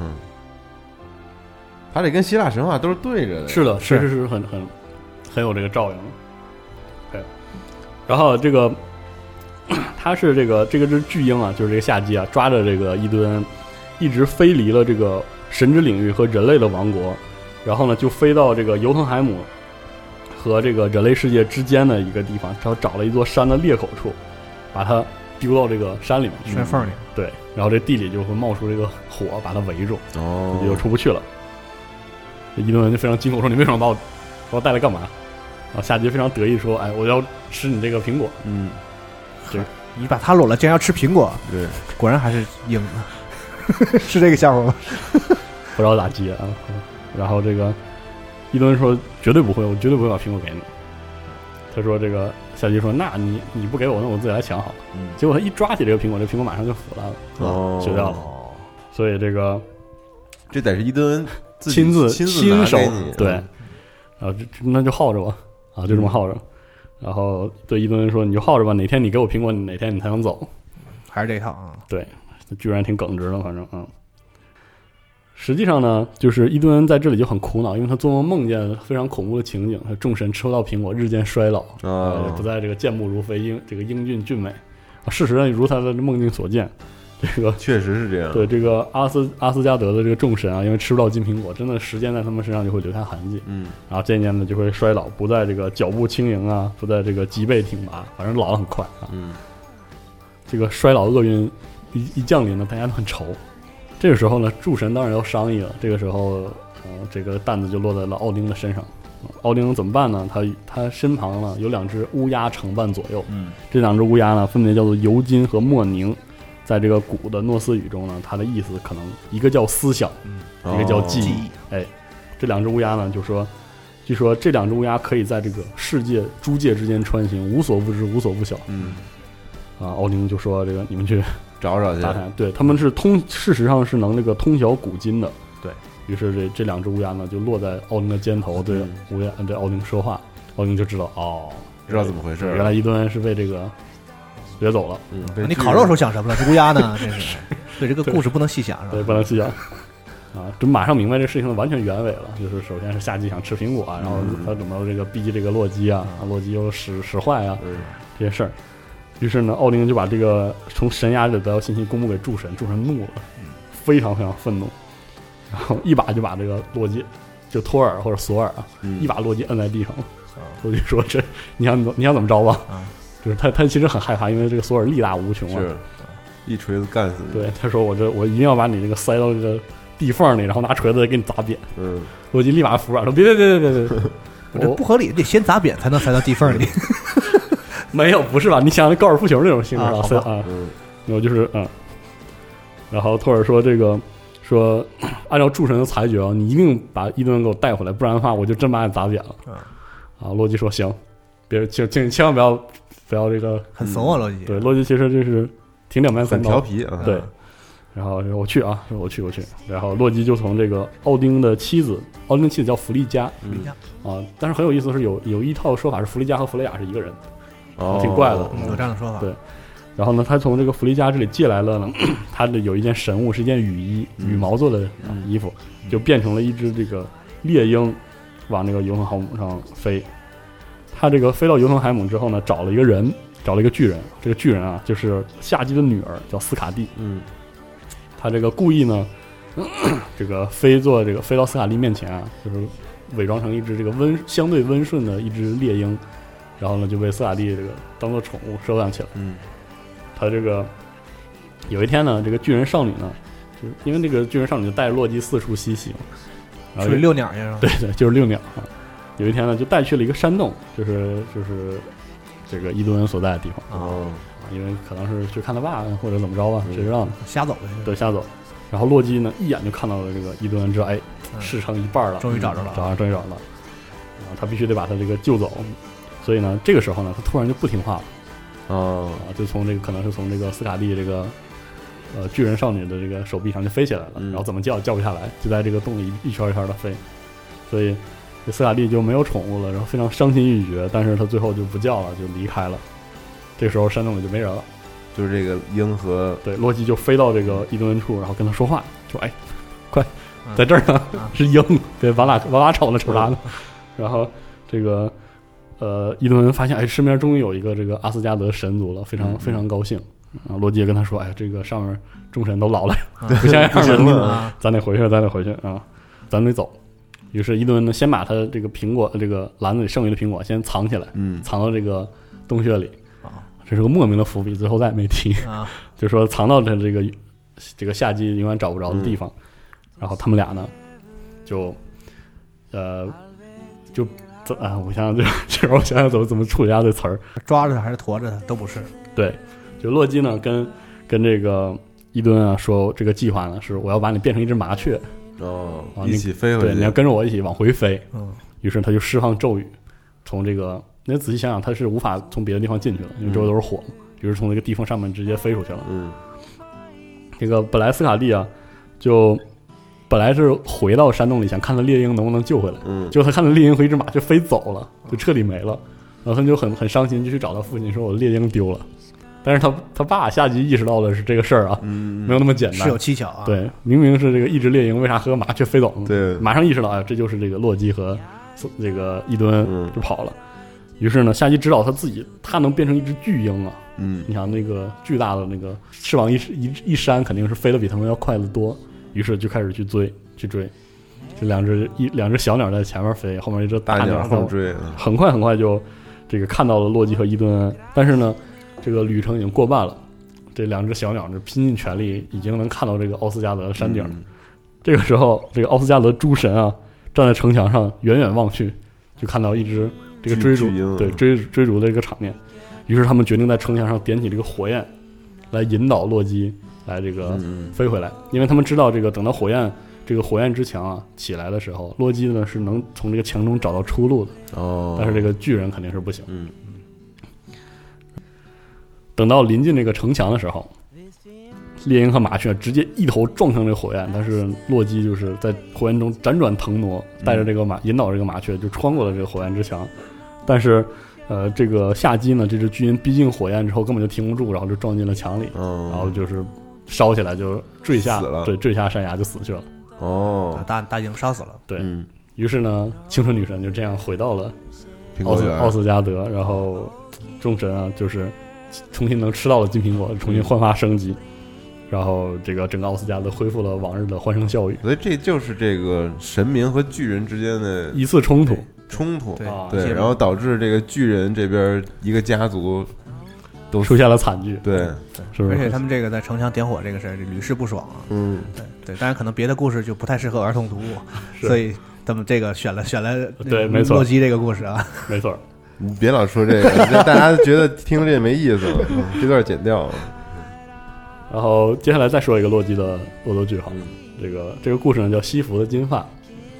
他这跟希腊神话都是对着的。 是的，确实是很有这个照应。对，然后这个他是这只巨鹰啊，就是这个夏基啊，抓着这个伊顿，一直飞离了这个神之领域和人类的王国，然后呢就飞到这个尤腾海姆和这个人类世界之间的一个地方，然后找了一座山的裂口处，把它丢到这个山里面去， 山缝里。 对，然后这地里就会冒出这个火，把它围住，自己就出不去了。伊顿就非常惊恐说：“你为什么把我带来干嘛？”然后夏基非常得意说：“哎，我要吃你这个苹果。” 对，你把他搂了，竟然要吃苹果， 对， 果然还是鹰的，是这个笑话吗？ 不知道咋接啊。然后这个伊顿说：“绝对不会，我绝对不会把苹果给你。”他说：“这个夏基说，那你不给我，那我自己来抢好了。”结果他一抓起这个苹果，这苹果马上就腐烂了，朽掉了。所以这得是伊顿亲手对，然后那就耗着吧，啊，就这么耗着。然后对伊顿说：“你就耗着吧，哪天你给我苹果，哪天你才能走。” 还是这一套啊？ 对，居然挺耿直的，反正实际上呢，就是伊顿在这里就很苦恼，因为他做梦梦见非常恐怖的情景，他众神吃不到苹果，日渐衰老，不再这个健步如飞，英俊俊美。事实上如他的梦境所见，这个确实是这样。 对，这个阿斯加德的这个众神啊，因为吃不到金苹果，真的时间在他们身上就会留下痕迹。然后渐渐的就会衰老，不再这个脚步轻盈啊，不再这个脊背挺拔，反正老得很快啊。这个衰老厄运一降临呢，大家都很愁。这个时候呢，诸神当然要商议了。这个时候，这个担子就落在了奥丁的身上。奥丁怎么办呢？他身旁呢有两只乌鸦承伴左右。这两只乌鸦呢，分别叫做尤金和莫宁。在这个古的诺斯语中呢，它的意思可能一个叫思想，一个叫记忆。哎，这两只乌鸦呢，据说这两只乌鸦可以在这个世界诸界之间穿行，无所不知，无所不晓。奥丁就说：“这个你们去。” 找去， 对，他们是事实上是能那个通晓古今的。 对于是这两只乌鸦呢，就落在奥丁的肩头，对奥丁说话，奥丁就知道知道怎么回事。 原来伊顿是被这个掠走了。 你烤肉的时候想什么了？这乌鸦呢？真是对这个故事不能细想，是吧？ 对，不能细想就马上明白这事情的完全原委了。就是首先是夏基想吃苹果啊，然后他怎么这个逼这个洛基啊，洛基又使坏啊，这些事儿。于是呢，奥丁就把这个从神牙里得到信息公布给诸神，诸神怒了，非常非常愤怒，然后一把就把这个洛基，就托尔或者索尔一把洛基摁在地上了。洛基说：“这你想怎么着吧？”就是他其实很害怕，因为这个索尔力大无穷啊， 是一锤子干死你。 对，他说：“我一定要把你这个塞到这个地缝里，然后拿锤子给你砸扁。”洛基立马服软说：“别， 这不合理，得先砸扁才能塞到地缝里。” 没有，不是吧？你想高尔夫球那种性质啊？我就是然后托尔说这个说按照诸神的裁决啊，你一定把伊顿给我带回来，不然的话我就真把你砸扁了。洛基说行，别千万不要这个很怂啊，洛基。 对，洛基其实就是挺两面三刀， 很调皮啊。 对。然后我去。然后洛基就从这个奥丁的妻子叫弗利嘉，但是很有意思的是有一套说法是弗利嘉和弗雷亚是一个人，挺怪的， 有这样的说法。 对。然后呢，他从这个弗利嘉这里借来了呢，他的有一件神物，是一件雨衣，羽毛做的衣服，就变成了一只这个猎鹰，往那个尤芬海姆上飞。他这个飞到尤芬海姆之后呢，找了一个巨人，这个巨人啊，就是夏基的女儿，叫斯卡蒂。他这个故意呢，这个飞到斯卡蒂面前啊，就是伪装成一只这个相对温顺的一只猎鹰，然后呢就被斯卡蒂这个当做宠物收养起来。他这个有一天呢，这个巨人少女呢，就是因为这个巨人少女就带着洛基四处嬉戏，然后去遛鸟去是吧？ 对，就是遛鸟。有一天呢，就带去了一个山洞，就是这个伊顿所在的地方。因为可能是去看他爸或者怎么着吧，谁知道呢？ 瞎走呗。 对，瞎走。然后洛基呢，一眼就看到了这个伊顿，知道事成一半了， 终于找着了。 然后他必须得把他这个救走。所以呢，这个时候呢，他突然就不听话了。就从这个可能是从这个斯卡蒂这个巨人少女的这个手臂上就飞起来了，然后怎么叫不下来，就在这个洞里一圈一圈的飞。所以这斯卡蒂就没有宠物了，然后非常伤心欲绝。但是他最后就不叫了，就离开了。这个时候山洞里就没人了， 就是这个鹰和洛基就飞到这个伊顿处，然后跟他说话，说快在这儿呢，是鹰，对，往哪瞅呢，瞅啥呢？然后这个伊顿发现身边终于有一个这个阿斯加德神族了，非常非常高兴。然后洛基也跟他说，这个上面众神都老了，不像样了，咱得回去啊，咱得走。于是伊顿呢，先把他这个苹果这个篮子里剩余的苹果先藏起来，藏到这个洞穴里。这是个莫名的伏笔，最后再也没提就是说藏到这个夏季永远找不着的地方。然后他们俩呢，我想想怎么处理下这词儿， 抓着他还是驮着他都不是。 对，就洛基呢跟这个伊顿啊说，这个计划呢是我要把你变成一只麻雀， 一起飞回去， 对，你要跟着我一起往回飞。于是他就释放咒语，从这个。你仔细想想，他是无法从别的地方进去了，因为周围都是火，比如从那个地缝上面直接飞出去了。这个本来斯卡蒂啊，就本来是回到山洞里想看看猎鹰能不能救回来，结果他看到猎鹰和一只麻雀飞走了，就彻底没了。然后他就很伤心，就去找他父亲说：“我猎鹰丢了。”但是他爸夏吉意识到的是这个事儿啊，没有那么简单， 是有蹊跷啊。 对，明明是这个一只猎鹰，为啥和麻雀飞走呢？ 对， 马上意识到，这就是这个洛基和这个伊顿就跑了。于是呢，夏基知道他能变成一只巨鹰啊！你想那个巨大的那个翅膀一扇，肯定是飞得比他们要快得多。于是就开始去追，这两只小鸟在前面飞，后面一只大鸟后追， 很快就这个看到了洛基和伊顿。但是呢，这个旅程已经过半了，这两只小鸟拼尽全力，已经能看到这个奥斯加德的山顶。这个时候，这个奥斯加德诸神啊，站在城墙上，远远望去，就看到一只。这个追逐的这个场面，于是他们决定在城墙上点起这个火焰，来引导洛基来这个飞回来，因为他们知道这个等到火焰之墙啊起来的时候，洛基呢是能从这个墙中找到出路的。但是这个巨人肯定是不行。等到临近这个城墙的时候，猎鹰和麻雀直接一头撞上这个火焰，但是洛基就是在火焰中辗转腾挪，带着这个引导这个麻雀就穿过了这个火焰之墙。但是这个夏基呢，这只巨鹰逼近火焰之后根本就停不住，然后就撞进了墙里，然后就是烧起来就坠下山崖就死去了。 大鹰烧死了。 对，于是呢，青春女神就这样回到了奥斯加德，然后众神啊就是重新能吃到了金苹果，重新焕发生机。然后这个整个奥斯加德恢复了往日的欢声笑语， 所以这就是这个神明和巨人之间的一次冲突， 对，然后导致这个巨人这边一个家族都出现了惨剧， 对， 是不是？ 而且他们这个在城墙点火这个事儿屡试不爽啊，对，当然可能别的故事就不太适合儿童读物，所以他们这个选了对，没错， 洛基这个故事啊， 没错。 你别老说这个，大家觉得听这没意思了，这段剪掉了。 然后接下来再说一个洛基的恶作剧哈，这个故事呢叫西服的金发，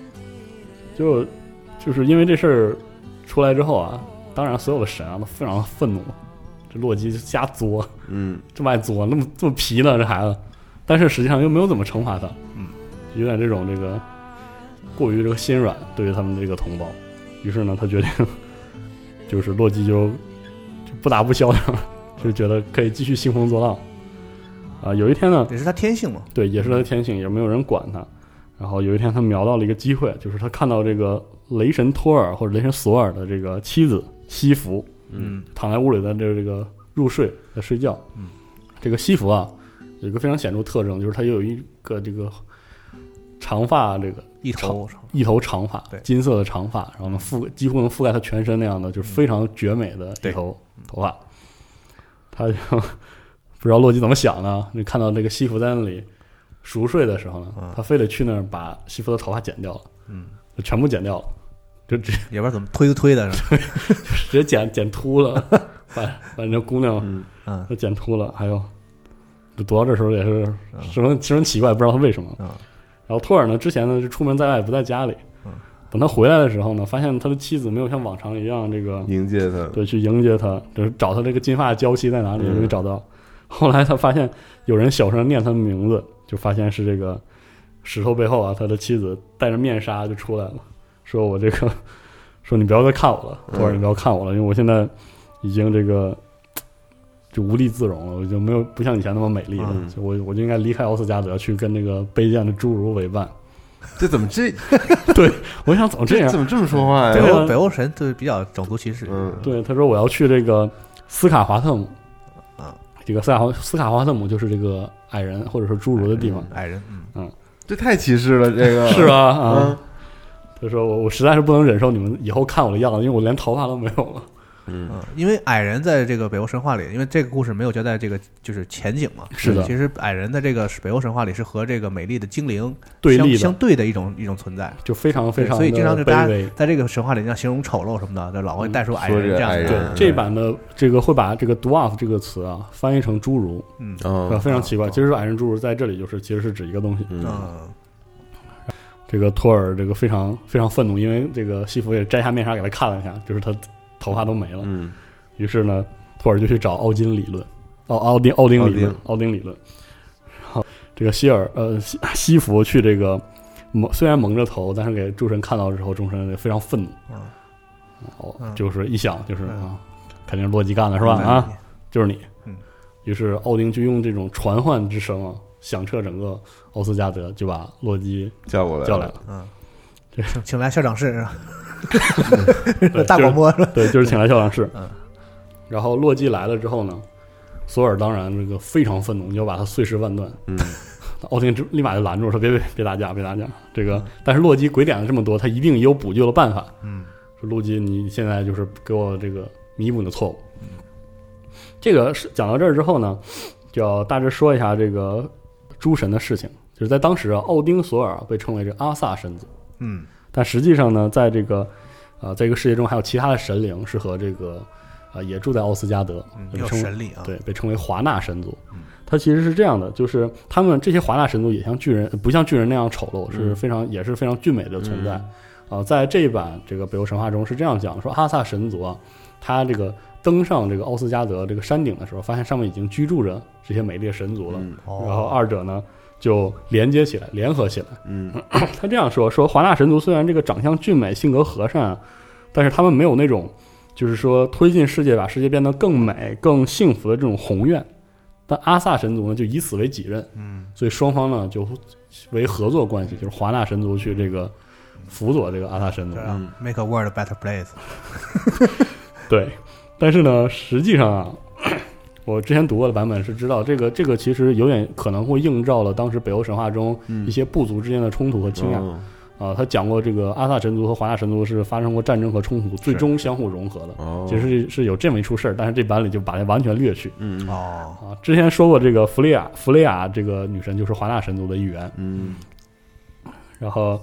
就是因为这事儿出来之后啊，当然所有的神啊都非常愤怒，这洛基就瞎作，这么爱作，这么皮呢这孩子，但是实际上又没有怎么惩罚他，有点这种这个过于这个心软对于他们这个同胞，于是呢他决定就是洛基就不打不消停，就觉得可以继续兴风作浪。有一天呢， 也是他天性嘛， 对，也是他的天性，也没有人管他。然后有一天，他瞄到了一个机会，就是他看到这个雷神托尔或者雷神索尔的这个妻子西弗，躺在屋里的这个入睡在睡觉。这个西弗啊，有一个非常显著特征，就是他有一个这个长发，这个一头长发，金色的长发，然后呢几乎能覆盖他全身那样的，就是非常绝美的一头头发。他就不知道洛基怎么想呢？你看到这个西弗在那里熟睡的时候呢，他非得去那儿把西弗的头发剪掉了，就全部剪掉了，就直接也不知道怎么推都推的， 直接剪秃了，把这姑娘都剪秃了。还有，读到这时候也是十分奇怪，不知道他为什么。然后托尔呢，之前呢是出门在外不在家里，等他回来的时候呢，发现他的妻子没有像往常一样这个迎接他， 对，去迎接他，就是找他这个金发娇妻在哪里没找到。后来他发现有人小声念他的名字，就发现是这个石头背后啊，他的妻子戴着面纱就出来了，说我这个说你不要再看我了，托尔你不要看我了，因为我现在已经这个就无地自容了，我就没有不像以前那么美丽了，我就应该离开奥斯加德去跟那个卑贱的侏儒为伴。 这怎么这？ 对，我想怎么这样？ 怎么这么说话呀？ 对，北欧神对比较种族歧视。 对，他说我要去这个斯卡华特姆。这个斯卡华特姆就是这个矮人或者说侏儒的地方， 矮人， 这太歧视了，这个是吧？他说我实在是不能忍受你们以后看我的样子，因为我连头发都没有了。 因为矮人在这个北欧神话里，因为这个故事没有交代这个就是前景嘛， 是的。 其实矮人在这个北欧神话里是和这个美丽的精灵对立相对的一种存在， 就非常非常， 所以经常就大家在这个神话里像形容丑陋什么的，就老会带出矮人这样对，这版的这个会把这个 dwarf 这个词啊翻译成侏儒，非常奇怪。其实矮人侏儒在这里其实是指一个东西。这个托尔这个非常非常愤怒，因为这个西弗也摘下面纱给他看了一下，就是他头发都没了。于是呢，托尔就去找奥丁理论，奥丁理论。然后这个西弗去这个虽然蒙着头，但是给诸神看到之后，众神非常愤怒。就是一想就是肯定是洛基干的是吧？就是你。于是奥丁就用这种传唤之声响彻整个奥斯加德，就把洛基叫来了。 请来校长室。大广播对，就是请来校长室。然后洛基来了之后呢，索尔当然这个非常愤怒，你就把他碎尸万段。奥丁立马就拦住说别打架。这个但是洛基鬼点了这么多，他一定也有补救的办法。说洛基你现在就是给我这个弥补你的错误。这个讲到这儿之后呢，就要大致说一下这个诸神的事情。就是在当时奥丁索尔被称为这阿萨神族。但实际上呢，在这个在这个世界中还有其他的神灵是和这个也住在奥斯加德， 有神力对，被称为华纳神族。它其实是这样的，就是他们这些华纳神族也像巨人，不像巨人那样丑陋，是也是非常俊美的存在。在这一版这个北欧神话中是这样讲，说阿萨神族他这个登上这个奥斯加德这个山顶的时候，发现上面已经居住着这些美丽的神族了，然后二者呢就连接起来，联合起来。他这样说华纳神族虽然这个长相俊美，性格和善，但是他们没有那种就是说推进世界，把世界变得更美、更幸福的这种宏愿。但阿萨神族呢，就以此为己任。所以双方呢就为合作关系，就是华纳神族去这个辅佐这个阿萨神族 ，make a world a better place 。 对，但是呢，实际上我之前读过的版本是知道这个其实有点可能会映照了当时北欧神话中一些部族之间的冲突和倾轧。他讲过这个阿萨神族和华纳神族是发生过战争和冲突，最终相互融合的。其实是有这么一出事儿，但是这版里就把它完全略去。之前说过这个弗雷亚这个女神就是华纳神族的一员。然后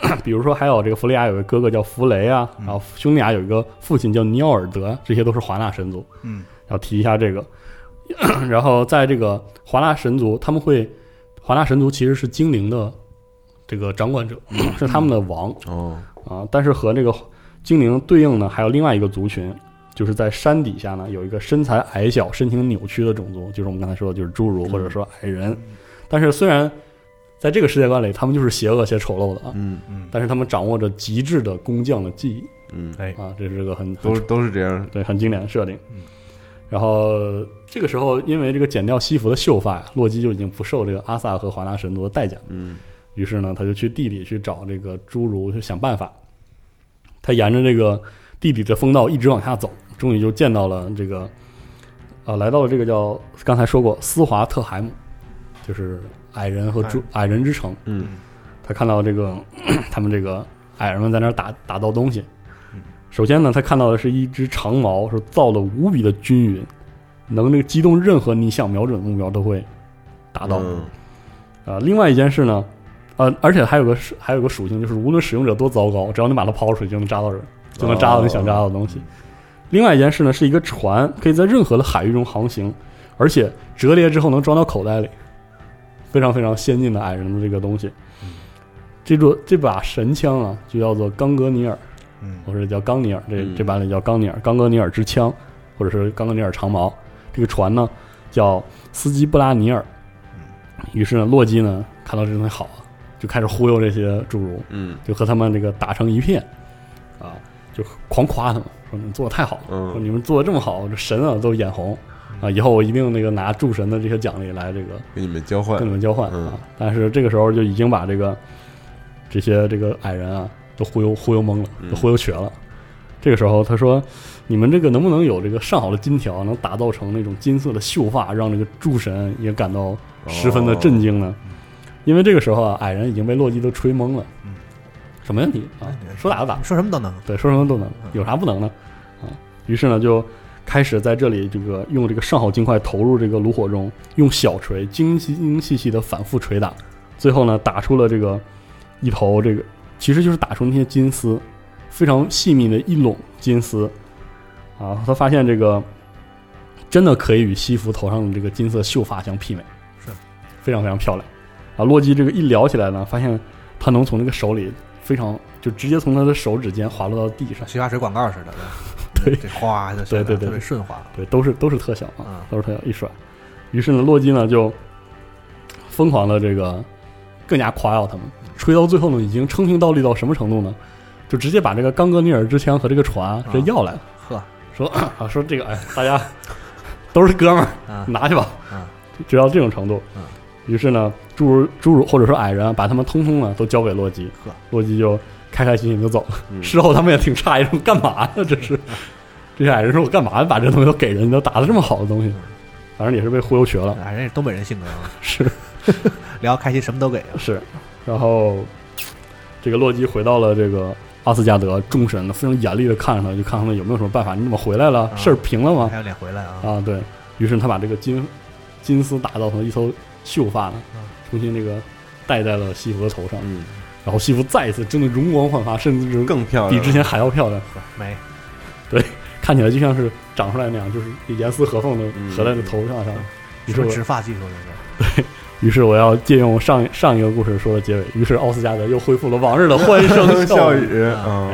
比如说还有这个弗利亚有个哥哥叫弗雷啊，然后匈尼亚有一个父亲叫尼奥尔德，这些都是华纳神族。要提一下这个。然后在这个华纳神族，华纳神族其实是精灵的这个掌管者，是他们的王但是和这个精灵对应呢，还有另外一个族群，就是在山底下呢有一个身材矮小、身形扭曲的种族，就是我们刚才说的，就是侏儒或者说矮人。但是虽然在这个世界观里，他们就是邪恶且丑陋的啊，但是他们掌握着极致的工匠的技艺，这是个都是这样， 对，很经典的设定。然后这个时候，因为这个剪掉西服的秀发，洛基就已经不受这个阿萨和华纳神族的待见。于是呢，他就去地里去找这个侏儒，去想办法。他沿着这个地里的风道一直往下走，终于就见到了这个，来到了这个叫刚才说过斯华特海姆，就是矮人和矮人之城。他看到这个他们这个矮人们在那儿打斗东西。首先呢，他看到的是一只长矛，是造的无比的均匀，能这个击动任何你想瞄准的目标都会打到。另外一件事呢，而且还有个属性，就是无论使用者多糟糕，只要你把它抛出去，就能扎到人，就能扎到你想扎到的东西。另外一件事呢，是一个船可以在任何的海域中航行，而且折叠之后能装到口袋里，非常非常先进的矮人的这个东西。这把神枪啊，就叫做冈格尼尔。或者叫冈尼尔，这版里叫冈格尼尔之枪，或者是冈格尼尔长矛。这个船呢叫斯基布拉尼尔。于是呢，洛基呢看到这东西好，就开始忽悠这些侏儒，就和他们这个打成一片，就狂夸他们，说你们做的太好了，说你们做的这么好，这神啊都眼红啊，以后我一定那个拿诸神的这些奖励来这个跟你们交换啊。但是这个时候就已经把这些矮人啊都忽悠懵了，都忽悠瘸了。这个时候他说，你们这个能不能有这个上好的金条，能打造成那种金色的秀发，让这个诸神也感到十分的震惊呢？因为这个时候啊，矮人已经被洛基都吹懵了。什么问题啊？说打就打， 说什么都能。 对，说什么都能，有啥不能呢？于是呢就开始在这里这个用这个上好金块投入这个炉火中，用小锤精细细的反复捶打，最后呢打出了这个一头这个。其实就是打出那些金丝，非常细密的一垄金丝啊！他发现这个真的可以与西服头上的这个金色秀发相媲美，是非常非常漂亮啊！洛基这个一撩起来呢，发现他能从那个手里非常就直接从他的手指间滑落到地上， 洗发水广告似的， 对， 这哗就对， 特别顺滑， 对，都是特效啊，都是特效一甩。于是呢，洛基呢就疯狂的这个更加夸耀他们。吹到最后呢，已经称兄道弟到什么程度呢？就直接把这个冈格尼尔之枪和这个船直接要来了。说这个大家都是哥们儿，拿去吧。直到这种程度。于是呢，侏儒或者说矮人把他们通通呢都交给洛基。洛基就开开心心就走了。事后他们也挺诧异，说干嘛呀？这些矮人说：“我干嘛把这东西都给人？你都打的这么好的东西。”反正也是被忽悠瘸了。 矮人也是东北人性格是聊开心什么都给是。然后，这个洛基回到了这个阿斯加德，众神呢非常严厉的看着他，就看他们有没有什么办法。你怎么回来了？事儿平了吗？ 还有脸回来对于是他把这个金丝打造成一头秀发呢，重新这个戴在了西服的头上。然后西服再一次真的容光焕发，甚至更漂亮， 比之前还要漂亮。 美， 对，看起来就像是长出来那样，就是严丝合缝的合在这头上。 你说植发技术那个。 对。于是我要借用上一个故事说的结尾，于是奥斯加德又恢复了往日的欢声笑语。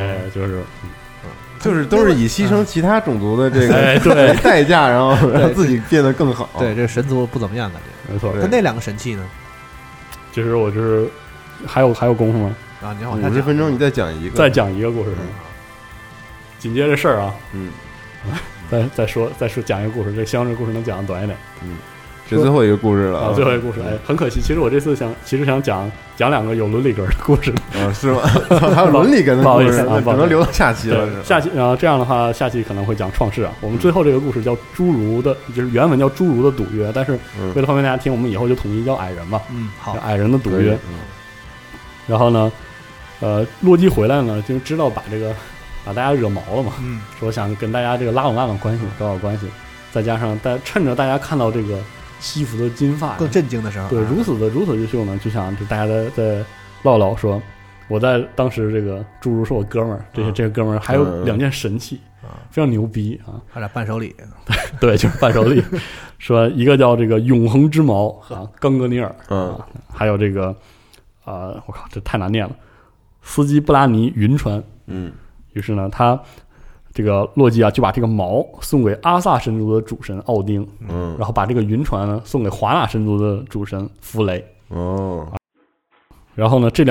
就是都是以牺牲其他种族的这个对代价，然后让自己变得更好。 对，这神族不怎么样感觉。 没错。 那2个神器呢？ 其实我就是还有功夫吗？ 你往下 50分钟，你再讲一个故事。紧接着事儿啊，再说讲一个故事，希望这个故事能讲的短一点。 这最后一个故事了最后一个故事，很可惜。其实我这次想讲2个有伦理根的故事。 是吗？还有伦理根的故事，只能留到下期了。 下期，然后这样的话，下期可能会讲创世啊。我们最后这个故事叫侏儒的，就是原文叫侏儒的赌约，但是为了方便大家听，我们以后就统一叫矮人吧。 好， 矮人的赌约。然后呢，洛基回来呢，就知道把大家惹毛了嘛。说想跟大家这个拉拢关系，搞关系。再加上趁着大家看到这个西服的金发更震惊的时候， 对，如此优秀呢，就想大家在唠说， 我在当时这个诸如是我哥们儿，这个哥们儿还有2件神器非常牛逼啊， 还俩伴手礼， 对，就是伴手礼，说一个叫这个永恒之矛啊，冈格尼尔啊，还有这个我靠，这太难念了，斯基布拉尼云船，于是呢，他这个洛基啊就把这个矛送给阿萨神族的主神奥丁，然后把这个云船呢送给华纳神族的主神弗雷，然后呢，这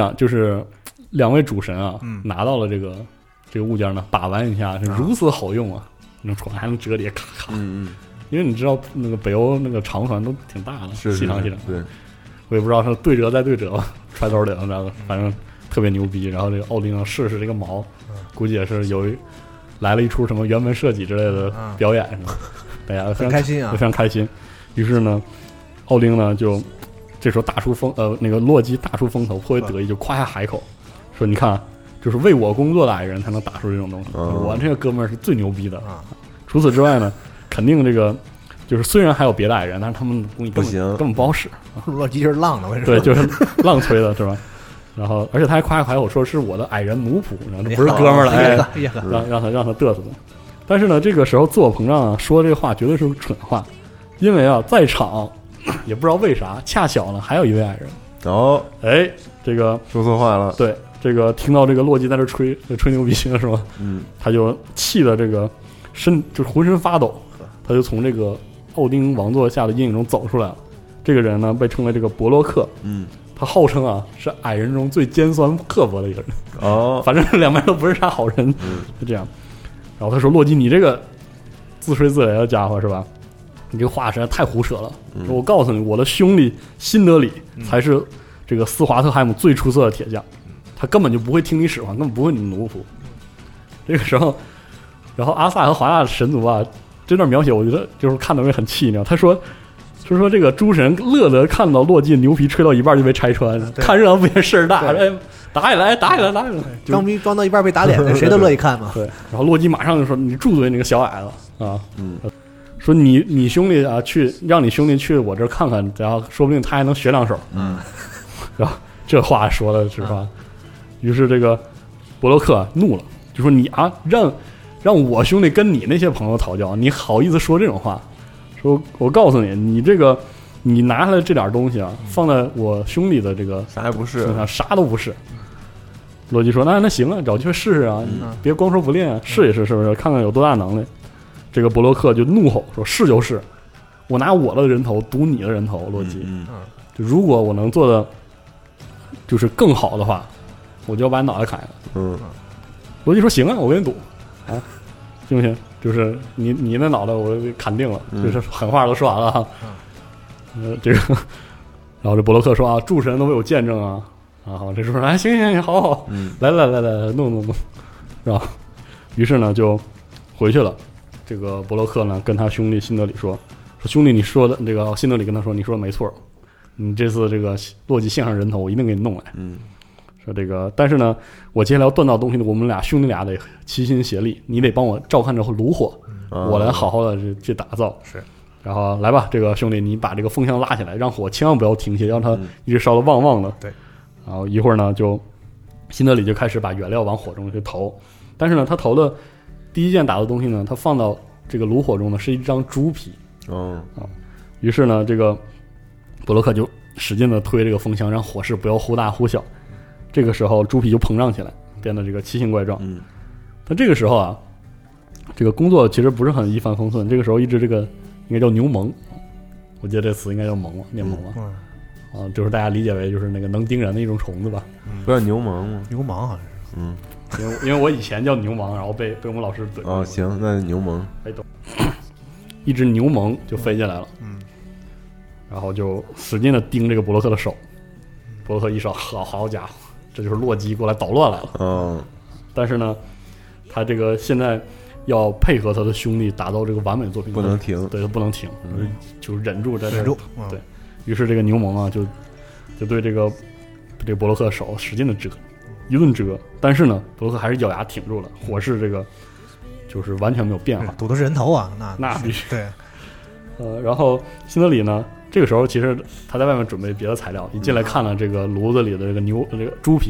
2位主神啊，拿到了这个物件呢，把玩一下是如此好用啊，那船还能折叠，咔咔，因为你知道那个北欧那个长船都挺大的，细长，对，我也不知道是对折再对折吧，揣兜里了，那个反正特别牛逼。然后这个奥丁试这个矛，估计也是来了一出什么辕门射戟之类的表演，是吧？大家很开心啊， 非常开心。于是呢，奥丁呢就这时候那个洛基大出风头，颇为得意，就夸下海口，说你看，就是为我工作的矮人才能打出这种东西，我这个哥们儿是最牛逼的。除此之外呢，肯定这个就是虽然还有别的矮人，但是他们工艺根本不好使。 洛基就是浪的，为什么？ 对，就是浪吹的，是吧？然后，而且他还夸下海口，说是我的矮人奴仆，然后这不是哥们儿了，让他嘚瑟的。但是呢，这个时候自我膨胀啊，说这话绝对是蠢话，因为啊，在场也不知道为啥，恰巧呢还有一位矮人。这个说错话了。 对，这个听到这个洛基在这吹牛逼的时候，他就气得这个就是浑身发抖，他就从这个奥丁王座下的阴影中走出来了。这个人呢，被称为这个伯洛克。他号称啊是矮人中最尖酸刻薄的一个人。反正两边都不是啥好人，就这样。然后他说：“洛基，你这个自吹自擂的家伙是吧？你这个话实在太胡扯了。我告诉你，我的兄弟辛德里才是这个斯华特海姆最出色的铁匠，他根本就不会听你使唤，根本不会你奴仆。”这个时候，然后阿萨和华纳的神族啊，这段描写我觉得就是看得会很气，你知道？他说这个诸神乐得看到洛基牛皮吹到一半就被拆穿，看热闹不嫌事儿大，打起来， 装逼装到一半被打脸，谁都乐意看嘛。 对，然后洛基马上就说：“你住嘴，你个小矮子啊！”说你兄弟啊，让你兄弟去我这儿看看，然后说不定他还能学2手。然后这话说的是吧？于是这个伯洛克怒了，就说：“你啊，让我兄弟跟你那些朋友讨教，你好意思说这种话？说我告诉你，你这个你拿下来这点东西啊，放在我兄弟的这个啥也不是， 啥都不是。”洛基说：“那行啊，找机会试试啊，别光说不练啊，试一试是不是？看看有多大能耐。”这个伯洛克就怒吼说：“是就是，我拿我的人头赌你的人头，洛基。就如果我能做的就是更好的话，我就要把你脑袋砍了。”洛基说：“行啊，我跟你赌啊，行不行？就是你那脑袋我砍定了，就是狠话都说完了哈。这个，然后这伯洛克说啊，诸神都为我见证啊。好，这时候行，好，来，弄，然后，于是呢就回去了。这个伯洛克呢跟他兄弟辛德里说兄弟，你说的这个辛德里跟他说，你说的没错，你这次这个洛基献上人头，我一定给你弄来。说这个，但是呢，我接下来要锻造东西的，我们俩兄弟俩得齐心协力，你得帮我照看着炉火，我来好好的去打造。 是， 然后来吧，这个兄弟，你把这个风箱拉起来，让火千万不要停歇，让它一直烧得旺旺的。 对， 然后一会儿呢，就辛德里就开始把原料往火中去投，但是呢，他投的第一件打的东西呢，他放到这个炉火中呢是一张猪皮。于是呢，这个伯洛克就使劲的推这个风箱，让火势不要忽大忽小。这个时候猪皮就膨胀起来，变得这个奇形怪状。但这个时候啊，这个工作其实不是很一帆风顺。这个时候一只这个应该叫牛虻，我记得这词应该叫虻，念虻啊，就是大家理解为就是那个能叮人的一种虫子吧。 不叫牛虻吗？ 牛虻好像是。因为我以前叫牛虻，然后被我们老师怼。 行，那牛虻。 一只牛虻就飞进来了。然后就使劲的盯这个伯洛克的手。伯洛克一手，好家伙！这就是洛基过来捣乱来了。但是呢，他这个现在要配合他的兄弟打造这个完美的作品， 不能停， 对，他不能停，就忍住在这儿。对于是，这个牛虻啊，就对这个伯洛克的手使劲的折，一顿折。但是呢，伯洛克还是咬牙挺住了，火势这个就是完全没有变化。 赌的是人头啊， 那必须对。 然后辛德里呢？这个时候，其实他在外面准备别的材料，一进来看了这个炉子里的这个猪皮啊，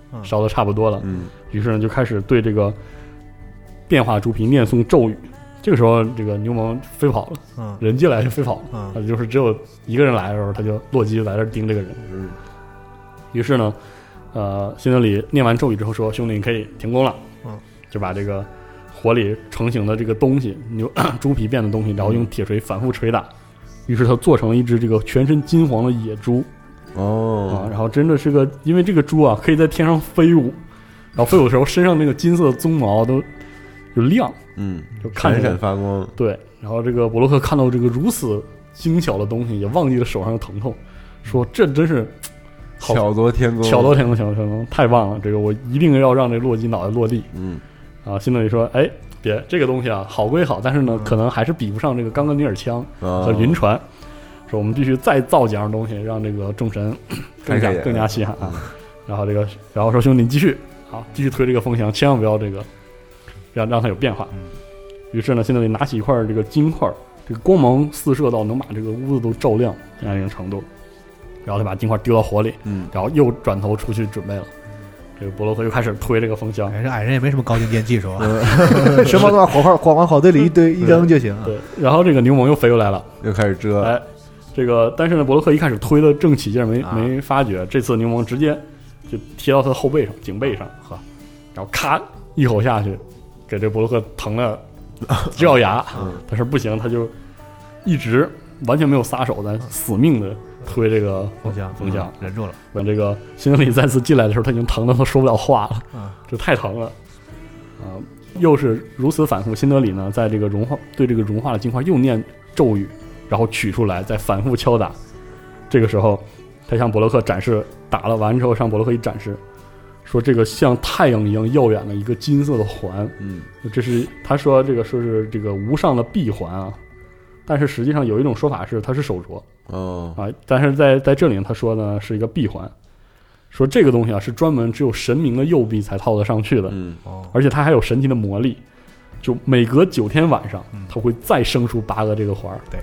烧的差不多了，于是呢就开始对这个变化猪皮念诵咒语。这个时候这个牛虻飞跑了，人进来就飞跑了，他就是只有一个人来的时候，他就洛基就在这盯这个人。于是呢辛德里念完咒语之后说，兄弟你可以停工了，就把这个火里成型的这个东西猪皮变的东西，然后用铁锤反复捶打，于是他做成了一只这个全身金黄的野猪然后真的是个，因为这个猪啊可以在天上飞舞，然后飞舞的时候身上那个金色的鬃毛都就亮，就看闪闪发光。 对，然后这个伯洛克看到这个如此精巧的东西，也忘记了手上的疼痛，说这真是巧夺天工， 巧夺天工，太棒了！这个我一定要让这洛基脑袋落地。辛德里说，哎，别，这个东西啊好归好，但是呢可能还是比不上这个冈格尼尔枪和云船，说我们必须再造几样东西，让这个众神更加稀罕啊。然后说兄弟你继续推这个风箱，千万不要这个让它有变化。于是呢辛德里拿起一块这个金块，这个光芒四射到能把这个屋子都照亮这样一个程度，然后他把金块丢到火里，然后又转头出去准备了。这个伯洛克又开始推这个风箱， 这矮人也没什么高精尖技术啊，什么都把火往火堆里一扔就行。 对，然后这个牛虻又飞过来了， 又开始遮。 哎，这个但是呢伯洛克一开始推的正起劲，没发觉，这次牛虻直接就贴到他的后背上颈背上，然后咔一口下去，给这伯洛克疼的直咬牙。但是不行，他就一直完全没有撒手，但死命的推这个风箱， 忍住了。 等这个辛德里再次进来的时候，他已经疼得他说不了话了，这太疼了又是如此反复。辛德里呢，在这个对这个融化的金块又念咒语，然后取出来，再反复敲打。这个时候，他向伯洛克展示，打了完之后，向伯洛克一展示，说这个像太阳一样耀眼的一个金色的环，这是他说这个说是这个无上的臂环啊。但是实际上有一种说法是它是手镯但是在这里他说呢是一个臂环，说这个东西啊是专门只有神明的右臂才套得上去的，而且它还有神奇的魔力，就每隔9天晚上它会再生出8个这个环。 对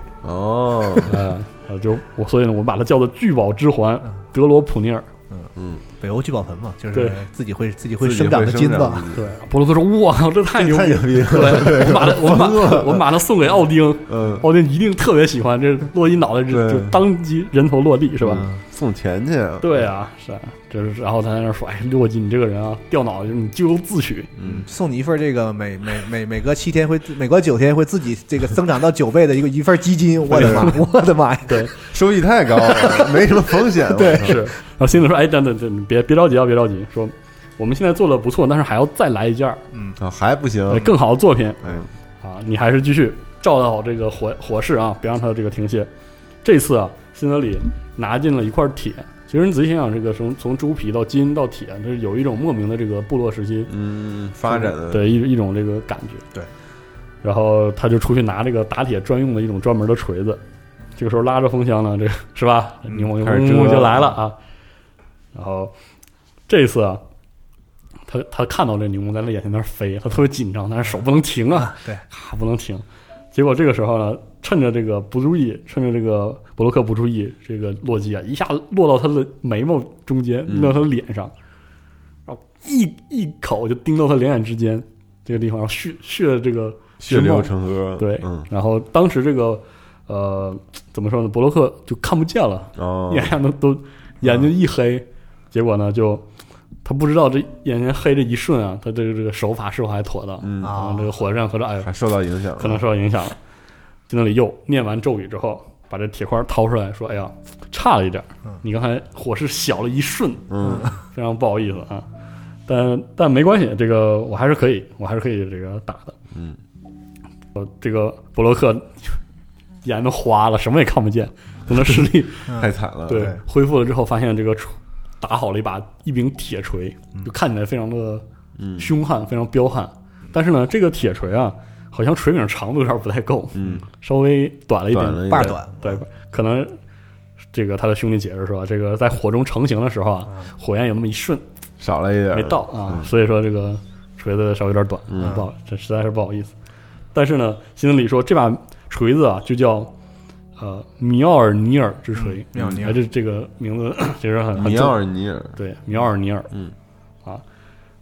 所以呢我把它叫做聚宝之环德罗普尼尔。 北欧聚宝盆嘛，就是自己会生长的金子。 对，伯洛克说：“哇靠，这太牛逼了！”对，我们把它送给奥丁，奥丁一定特别喜欢。这洛基脑袋就当即人头落地，是吧？ 送钱去啊！ 对啊，是啊，就是然后他在那说：“哎，洛基，你这个人啊，掉脑袋，你咎由自取。” 送你一份这个每隔7天每隔9天会自己这个增长到9倍的一份基金。我的妈呀！ 对， 收益太高了，没什么风险。 对，是。然后辛德说：“哎，等，别着急啊，别着急。说我们现在做的不错，但是还要再来一件还不行， 更好的作品。你还是继续照到这个火势啊，别让它这个停歇。这次啊，辛德里拿进了一块铁。其实你仔细想想，这个从猪皮到金到铁，这有一种莫名的这个部落时期发展的一种这个感觉。对。然后他就出去拿这个打铁专用的一种专门的锤子。这个时候拉着风箱呢，这是吧？牛虻就来了啊。然后这一次啊，他看到这牛虻在他眼前那飞，他特别紧张，但是手不能停啊， 对， 不能停。结果这个时候呢，趁着这个不注意，趁着这个伯洛克不注意，这个洛基啊一下落到他的眉毛中间，落到他的脸上，然后一口就钉到他两眼之间这个地方，然后血这个血流成河。 对，然后当时这个怎么说呢？伯洛克就看不见了，眼睛一黑。结果呢，他不知道这眼前黑这一瞬啊，他这个手法是否还妥当？这个火焰和这还受到影响， 可能受到影响了。在那里又念完咒语之后，把这铁块掏出来说：“哎呀，差了一点，你刚才火势小了一瞬，非常不好意思啊。但没关系，这个我还是可以这个打的。这个伯洛克眼都花了，什么也看不见，在那实力太惨了。 对，恢复了之后发现这个。打好了一柄铁锤，就看起来非常的凶悍，非常彪悍。但是呢，这个铁锤啊，好像锤柄长度有点不太够，稍微短了一点， 把短。 对，可能这个他的兄弟解释说，这个在火中成型的时候啊，火焰有那么一瞬少了一点， 没到啊，所以说这个锤子稍微有点短，不好，这实在是不好意思。但是呢，辛德里说这把锤子啊，就叫。米奥尔尼尔之锤，这个名字其实很米奥尔尼尔， 对，米奥尔尼尔，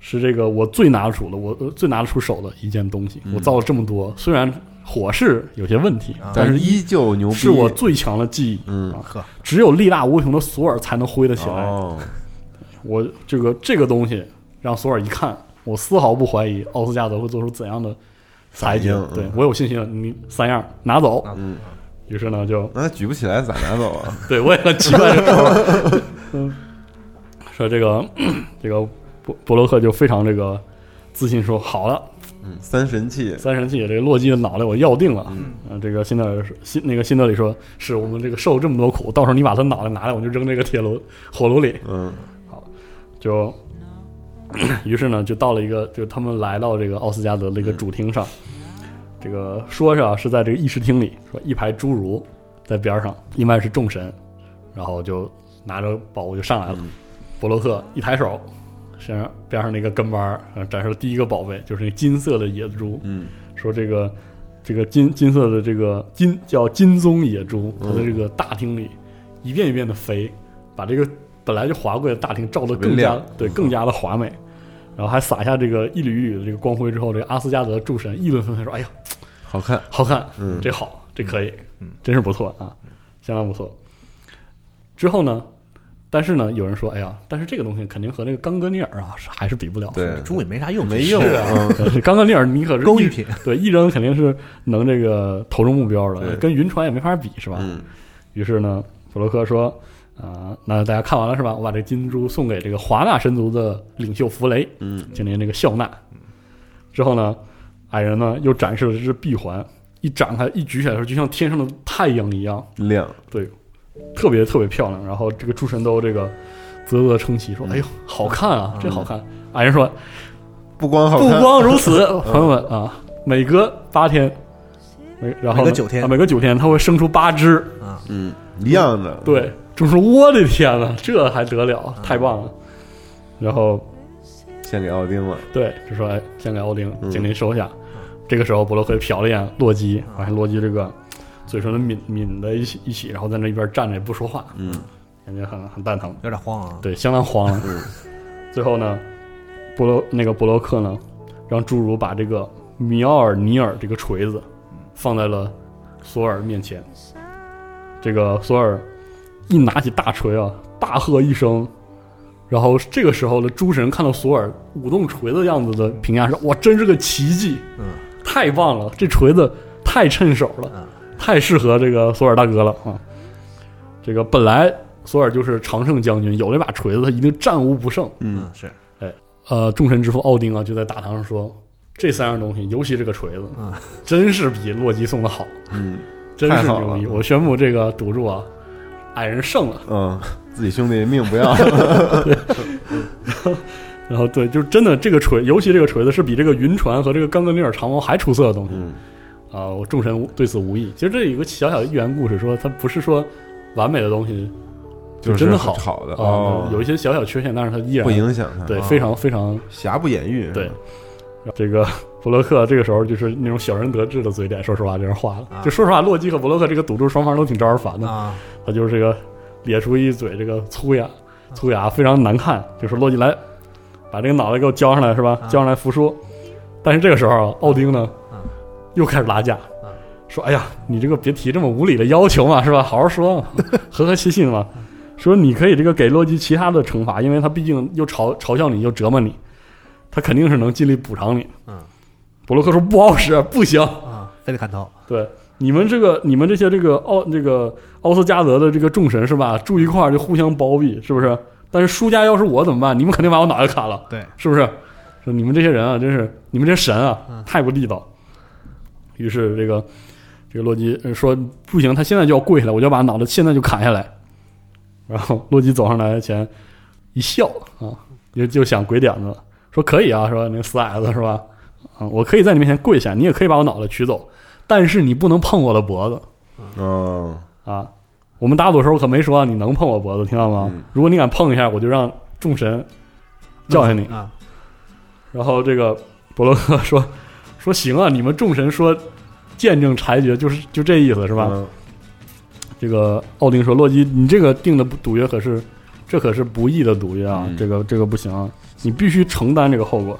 是这个我最拿得出手的一件东西。我造了这么多，虽然火势有些问题，但是依旧牛逼， 是我最强的技艺。只有力大无穷的索尔才能挥得起来。我这个东西让索尔一看，我丝毫不怀疑奥斯加德会做出怎样的裁决。对，我有信心了，你3样拿走。于是呢就那举不起来咋拿走啊？ 对，我也很奇怪这说。说这个伯罗克就非常这个自信说好了。 三神器， 这个洛基的脑袋我要定了。这个辛德里说，是我们这个受这么多苦，到时候你把他脑袋拿来，我就扔这个火炉里。好，就于是呢，就到了一个，就他们来到这个奥斯加德的一个主厅上。这个说是在这个议事厅里，说一排侏儒在边上，另外是众神，然后就拿着宝物就上来了。伯罗克一抬手。边上那个跟班展示了第一个宝贝，就是那金色的野猪。说这个金色的这个叫金棕野猪，它的这个大厅里一遍一遍的飞，把这个本来就华贵的大厅照得更加的华美。然后还洒下这个一缕一缕的这个光辉之后，这个阿斯加德诸神议论纷纷说：“哎呀，好看，这好，这可以，真是不错啊，相当不错。”之后呢？但是呢，有人说，哎呀，但是这个东西肯定和那个冈格尼尔啊还是比不了。 对，猪也没啥用， 没用啊。 冈格尼尔你可是工艺品， 对，一扔肯定是能这个投中目标的，跟云船也没法比，是吧？于是呢，弗洛克说，那大家看完了是吧？我把这金珠送给这个华纳神族的领袖弗雷，今年这个笑纳。之后呢，矮人呢又展示了这只臂环，一展开一举起来的时候，就像天上的太阳一样亮， 对。特别特别漂亮，然后这个诸神都这个啧啧称奇，说：“哎呦，好看啊，真好看！”矮人说：“ 不光好看， 不光如此，朋友们啊，每隔8天，然后每隔9天，它会生出8只一样的。 对，就是我的天哪，这还得了，太棒了！然后献给奥丁了， 对，就说：“哎，献给奥丁，请您收下。”这个时候，伯罗克瞟了一眼洛基，发现洛基这个。嘴唇的抿的一起，然后在那一边站着也不说话，感觉很蛋疼， 有点慌啊， 对，相当慌了。最后呢，伯罗克呢，让侏儒把这个米奥尔尼尔这个锤子放在了索尔面前。这个索尔一拿起大锤啊，大喝一声，然后这个时候的诸神看到索尔舞动锤子的样子的评价是：哇，真是个奇迹，太棒了，这锤子太趁手了。太适合这个索尔大哥了啊！这个本来索尔就是常胜将军，有了一把锤子，他一定战无不胜。 是。 众神之父奥丁啊，就在大堂上说，这3样东西，尤其这个锤子，真是比洛基送的好。真是牛逼！我宣布这个赌注啊，矮人胜了。 自己兄弟命不要。 对。然后对，就是真的这个尤其这个锤子是比这个云船和这个冈格尼尔长矛还出色的东西。我众神对此无异。其实这有一个小小的寓言故事，说它不是说完美的东西就真的好的有一些小小缺陷，但是它依然不影响它， 对，非常非常瑕不掩瑜。 对，这个弗洛克这个时候就是那种小人得志的嘴脸，说实话这样画了。就说实话，洛基和弗洛克这个赌注双方都挺招人烦的他就是这个咧出一嘴这个粗牙，非常难看。就说洛基来把这个脑袋给我交上来，是吧？交上来服输。但是这个时候奥丁呢？又开始拉架，说：“哎呀，你这个别提这么无理的要求嘛，是吧？好好说嘛，和和气气的嘛。说你可以这个给洛基其他的惩罚，因为他毕竟又嘲笑你，又折磨你，他肯定是能尽力补偿你。”伯洛克说：“不好使，不行非得砍头。 对，你们这些这个奥斯加德的这个众神是吧？住一块儿就互相包庇，是不是？但是输家要是我怎么办？你们肯定把我脑袋砍了， 对， 是不是？说你们这些人啊，真是你们这神啊，太不地道。”于是这个洛基说不行，他现在就要跪下来，我就要把脑袋现在就砍下来。然后洛基走上来前一笑就想鬼点子，说可以啊，说那个死矮子是吧？我可以在你面前跪下，你也可以把我脑袋取走，但是你不能碰我的脖子。我们打赌的时候可没说你能碰我脖子，听到吗？如果你敢碰一下，我就让众神叫下你。然后这个伯罗克说行啊，你们众神说见证裁决就这意思是吧？这个奥丁说：“洛基，你这个定的赌约可是不义的赌约啊，这个不行啊。” 你必须承担这个后果。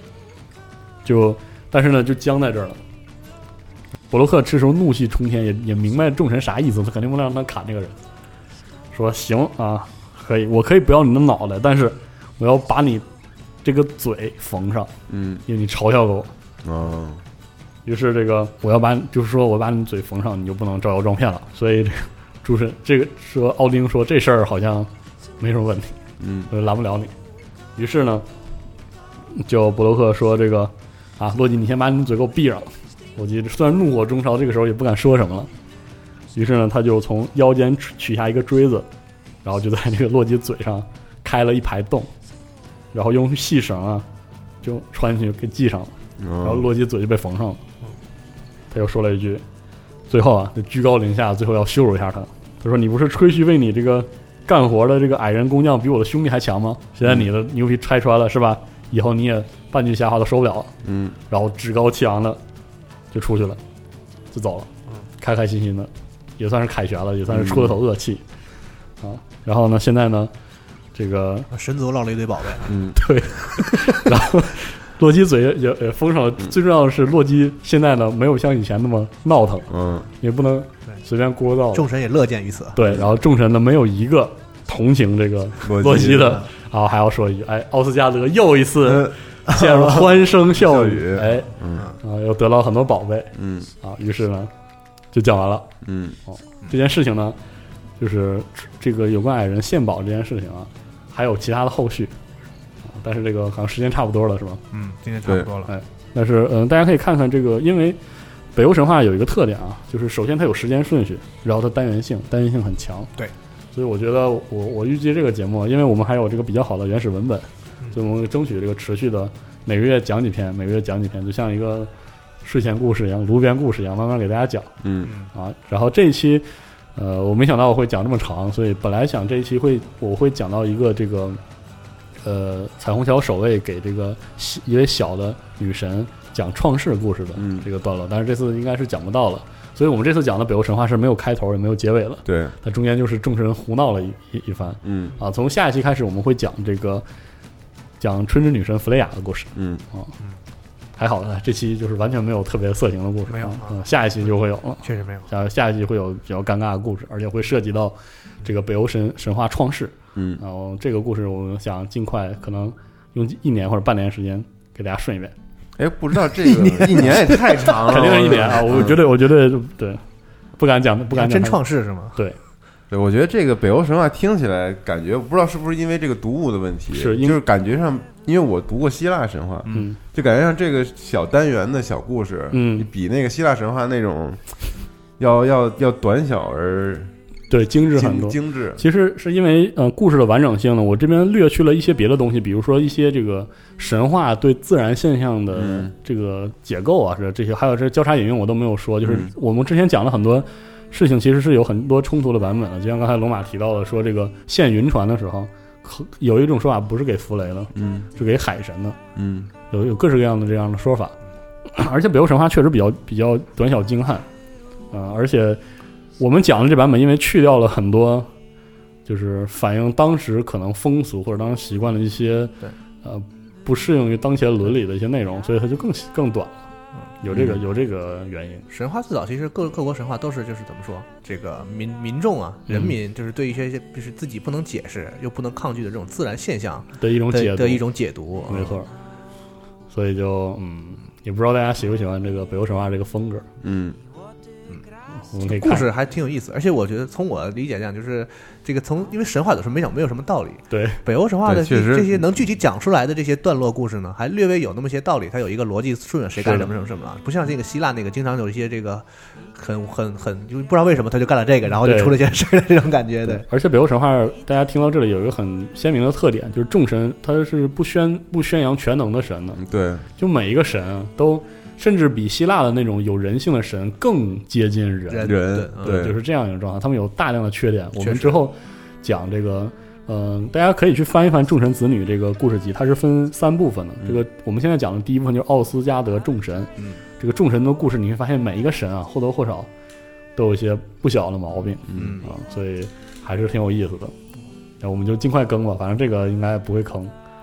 但是呢，就僵在这儿了。伯洛克这时候怒气冲天，也明白众神啥意思，他肯定不能让他砍这个人。说行啊，可以，我可以不要你的脑袋，但是我要把你这个嘴缝上，因为你嘲笑过我。于是这个我要就是说我把你嘴缝上，你就不能招摇撞骗了。所以这个诸神这个说奥丁说这事儿好像没什么问题，我就拦不了你。于是呢，就伯洛克说这个啊，洛基你先把你嘴给我闭上。洛基虽然怒火中烧，这个时候也不敢说什么了。于是呢，他就从腰间取下一个锥子，然后就在这个洛基嘴上开了一排洞，然后用细绳啊就穿进去给系上了，然后洛基嘴就被缝上了。他又说了一句，最后啊，就居高临下，最后要羞辱一下他。他说：“你不是吹嘘为你这个干活的这个矮人工匠比我的兄弟还强吗？现在你的牛皮拆穿了是吧？以后你也半句瞎话都说不了了。”然后趾高气昂的就出去了，就走了，开开心心的，也算是凯旋了，也算是出了口恶气啊。然后呢，现在呢，这个神族捞了一堆宝贝， 对，然后洛基嘴也封上了。最重要的是，洛基现在呢没有像以前那么闹腾，也不能随便聒噪。 众神也乐见于此。 对，然后众神呢没有一个同情这个洛基的，然后还要说一句，哎，奥斯加德又一次陷入欢声笑语，哎，又得到很多宝贝，于是呢就讲完了，这件事情呢，就是这个有关矮人献宝这件事情啊，还有其他的后续，但是这个好像时间差不多了，是吧？ 今天差不多了。 哎，但是大家可以看看这个，因为北欧神话有一个特点啊，就是首先它有时间顺序，然后它单元性很强。 对， 所以我觉得我预计这个节目，因为我们还有这个比较好的原始文本，所以我们争取这个持续的每个月讲几篇，就像一个睡前故事一样，炉边故事一样，慢慢给大家讲。然后这一期我没想到我会讲这么长，所以本来想这一期我会讲到一个这个彩虹桥守卫给这个一位小的女神讲创世故事的这个段落，但是这次应该是讲不到了，所以我们这次讲的北欧神话是没有开头也没有结尾了。 对， 它中间就是众神胡闹了一番。从下一期开始我们会讲讲春之女神弗雷亚的故事。还好呢，这期就是完全没有特别色情的故事， 没有。 下一期就会有了， 确实没有。 下一期会有比较尴尬的故事，而且会涉及到这个北欧神话创世。然后这个故事我想尽快，可能用1年或者半年时间给大家顺一遍。 哎，不知道这个1年也太长了， 肯定是1年啊！我觉得对，不敢讲， 真创世是吗？ 对。 对，我觉得这个北欧神话听起来感觉，我不知道是不是因为这个读物的问题，就是感觉上，因为我读过希腊神话，就感觉上这个小单元的小故事，比那个希腊神话那种要短小而对精致很多。 精致其实是因为故事的完整性呢，我这边略去了一些别的东西，比如说一些这个神话对自然现象的这个解构啊，是这些，还有这交叉引用我都没有说，就是我们之前讲了很多事情其实是有很多冲突的版本的，就像刚才龙马提到的，说这个献云船的时候，有一种说法不是给弗雷的，是给海神的，有各式各样的这样的说法。而且北欧神话确实比较短小精悍，而且我们讲的这版本因为去掉了很多就是反映当时可能风俗或者当时习惯的一些不适应于当前伦理的一些内容，所以它就更短了。有这个原因。 神话最早其实各国神话都是就是怎么说，这个民众啊，人民就是对一些就是自己不能解释又不能抗拒的这种自然现象的一种解读， 没错。所以就也不知道大家喜不喜欢这个北欧神话这个风格。我们可以看故事还挺有意思，而且我觉得从我理解讲，就是这个因为神话有时候没有什么道理， 对北欧神话的这些能具体讲出来的这些段落故事呢，还略微有那么些道理，它有一个逻辑顺着谁干什么了，不像这个希腊那个经常有一些这个很就不知道为什么他就干了这个，然后就出了件事的这种感觉。对， 而且北欧神话大家听到这里有一个很鲜明的特点，就是众神他是不宣扬全能的神的， 对， 就每一个神都甚至比希腊的那种有人性的神更接近人， 对， 就是这样一种状态。他们有大量的缺点，我们之后讲这个，大家可以去翻一翻《众神子女》这个故事集，它是分3部分的。这个我们现在讲的第一部分就是奥斯加德众神，这个众神的故事，你会发现每一个神啊，或多或少都有一些不小的毛病，所以还是挺有意思的。我们就尽快更吧，反正这个应该不会坑。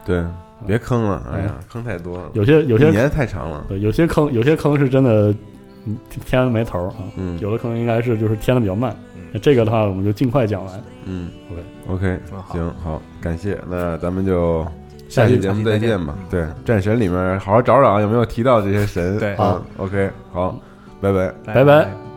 对，别坑了，哎呀，坑太多了， 有些一年太长了， 对，有些坑是真的填的没头啊，有的坑应该是就是填的比较慢，这个的话我们就尽快讲完。 OK， 行，好，感谢，那咱们就下期节目再见吧。对，战神里面好好找找有没有提到这些神。 对 ，OK，好，拜拜， 拜拜。